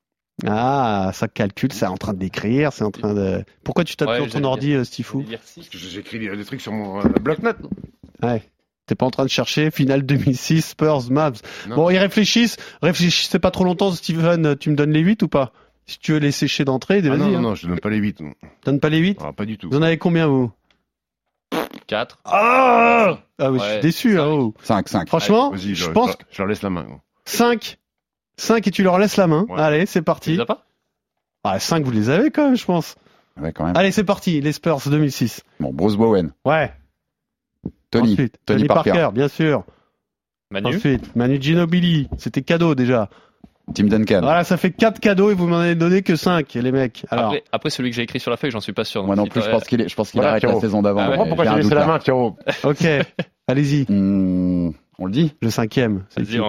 Ah, ça calcule, c'est en train d'écrire, c'est en train de... Pourquoi tu tapes sur ton ordi, Stifou? parce que j'écris des trucs sur mon bloc-notes. Ouais. T'es pas en train de chercher finale 2006, Spurs, Mavs. Non. Bon, ils réfléchissent. Réfléchissez pas trop longtemps, Steven. Tu me donnes les 8 ou pas? Si tu veux les sécher d'entrée, vas-y. Non, je donne pas les 8. Non. Donne pas les 8? Ah, pas du tout. Vous en avez combien, vous? 4. Ah oui, je suis déçu. 5. Franchement, vas-y, je pense... Je leur laisse la main. 5 et tu leur laisses la main. Ouais. Allez, c'est parti. Tu les as pas? 5, vous les avez quand même, je pense. Ouais, quand même. Allez, c'est parti, les Spurs 2006. Bon, Bruce Bowen. Ouais. Tony Parker, bien sûr. Manu. Ensuite, Manu Ginobili. C'était cadeau déjà. Tim Duncan. Voilà, ça fait 4 cadeaux et vous m'en avez donné que 5, les mecs. Alors... Après, celui que j'ai écrit sur la feuille, j'en suis pas sûr. Moi non plus, je pense qu'il arrête la saison d'avant. Pourquoi tu laissé la main, Pierrot? Ok, allez-y. On le dit? Le 5e.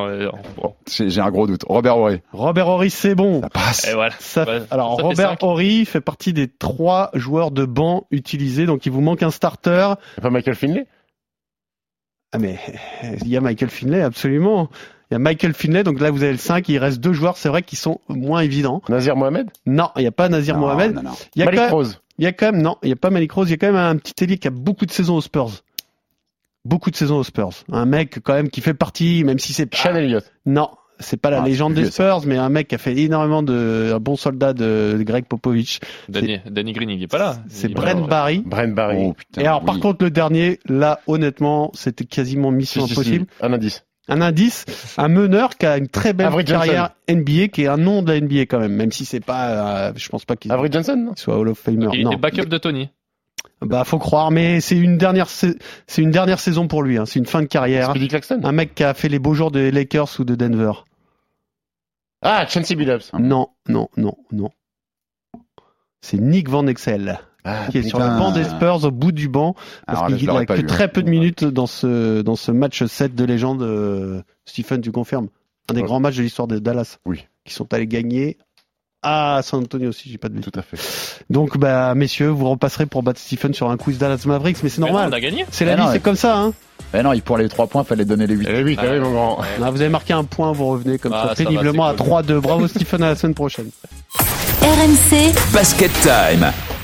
J'ai un gros doute. Robert Horry. Robert Horry, c'est bon. Ça passe. Et voilà. Alors, Robert Horry fait partie des 3 joueurs de banc utilisés, donc il vous manque un starter. C'est pas Michael Finley? Ah mais, il y a Michael Finley, absolument. Il y a Michael Finley, donc là vous avez le 5, il reste 2 joueurs, c'est vrai, qui sont moins évidents. Nazir Mohamed? Non, il n'y a pas Nazir Mohamed. Non. Il y a Malik Rose? Il y a quand même, non, il n'y a pas Malik Rose, il y a quand même un petit ailier qui a beaucoup de saisons aux Spurs. Beaucoup de saisons aux Spurs. Un mec quand même qui fait partie, même si c'est pas... Sean Elliott? Non, c'est pas la légende des Spurs, mais un mec qui a fait énormément un bon soldat de Greg Popovich. Danny Green, il est pas là. C'est Brent Barry. Brent Barry. Oh, putain, et alors, par contre, le dernier, là, honnêtement, c'était quasiment mission impossible. Un indice. Un indice, un meneur qui a une très belle Avery carrière NBA, qui est un nom de la NBA quand même, même si c'est pas, je pense pas qu'il Avery Johnson, non? soit Hall of Famer. Il non. est backup de Tony. Bah, faut croire, mais c'est une dernière saison pour lui, hein. C'est une fin de carrière. Speedy Claxton? Un mec qui a fait les beaux jours des Lakers ou de Denver. Ah, Chauncey Billups. Non. C'est Nick Van Exel. Qui est sur le banc des Spurs au bout du banc parce qu'il n'a que très peu de minutes dans ce match 7 de légende. Stephen, tu confirmes? Un des grands matchs de l'histoire de Dallas. Oui. Qui sont allés gagner à San Antonio aussi, j'ai pas de bêtises. Tout à fait. Donc, messieurs, vous repasserez pour battre Stephen sur un quiz Dallas Mavericks, mais c'est normal. On a gagné. C'est la vie, c'est comme ça, hein. Eh non, pour les 3 points, fallait donner les 8. Les 8, mon grand. Vous avez marqué un point, vous revenez comme ça péniblement à 3-2. Bravo Stephen, à la semaine prochaine. RMC Basket Time.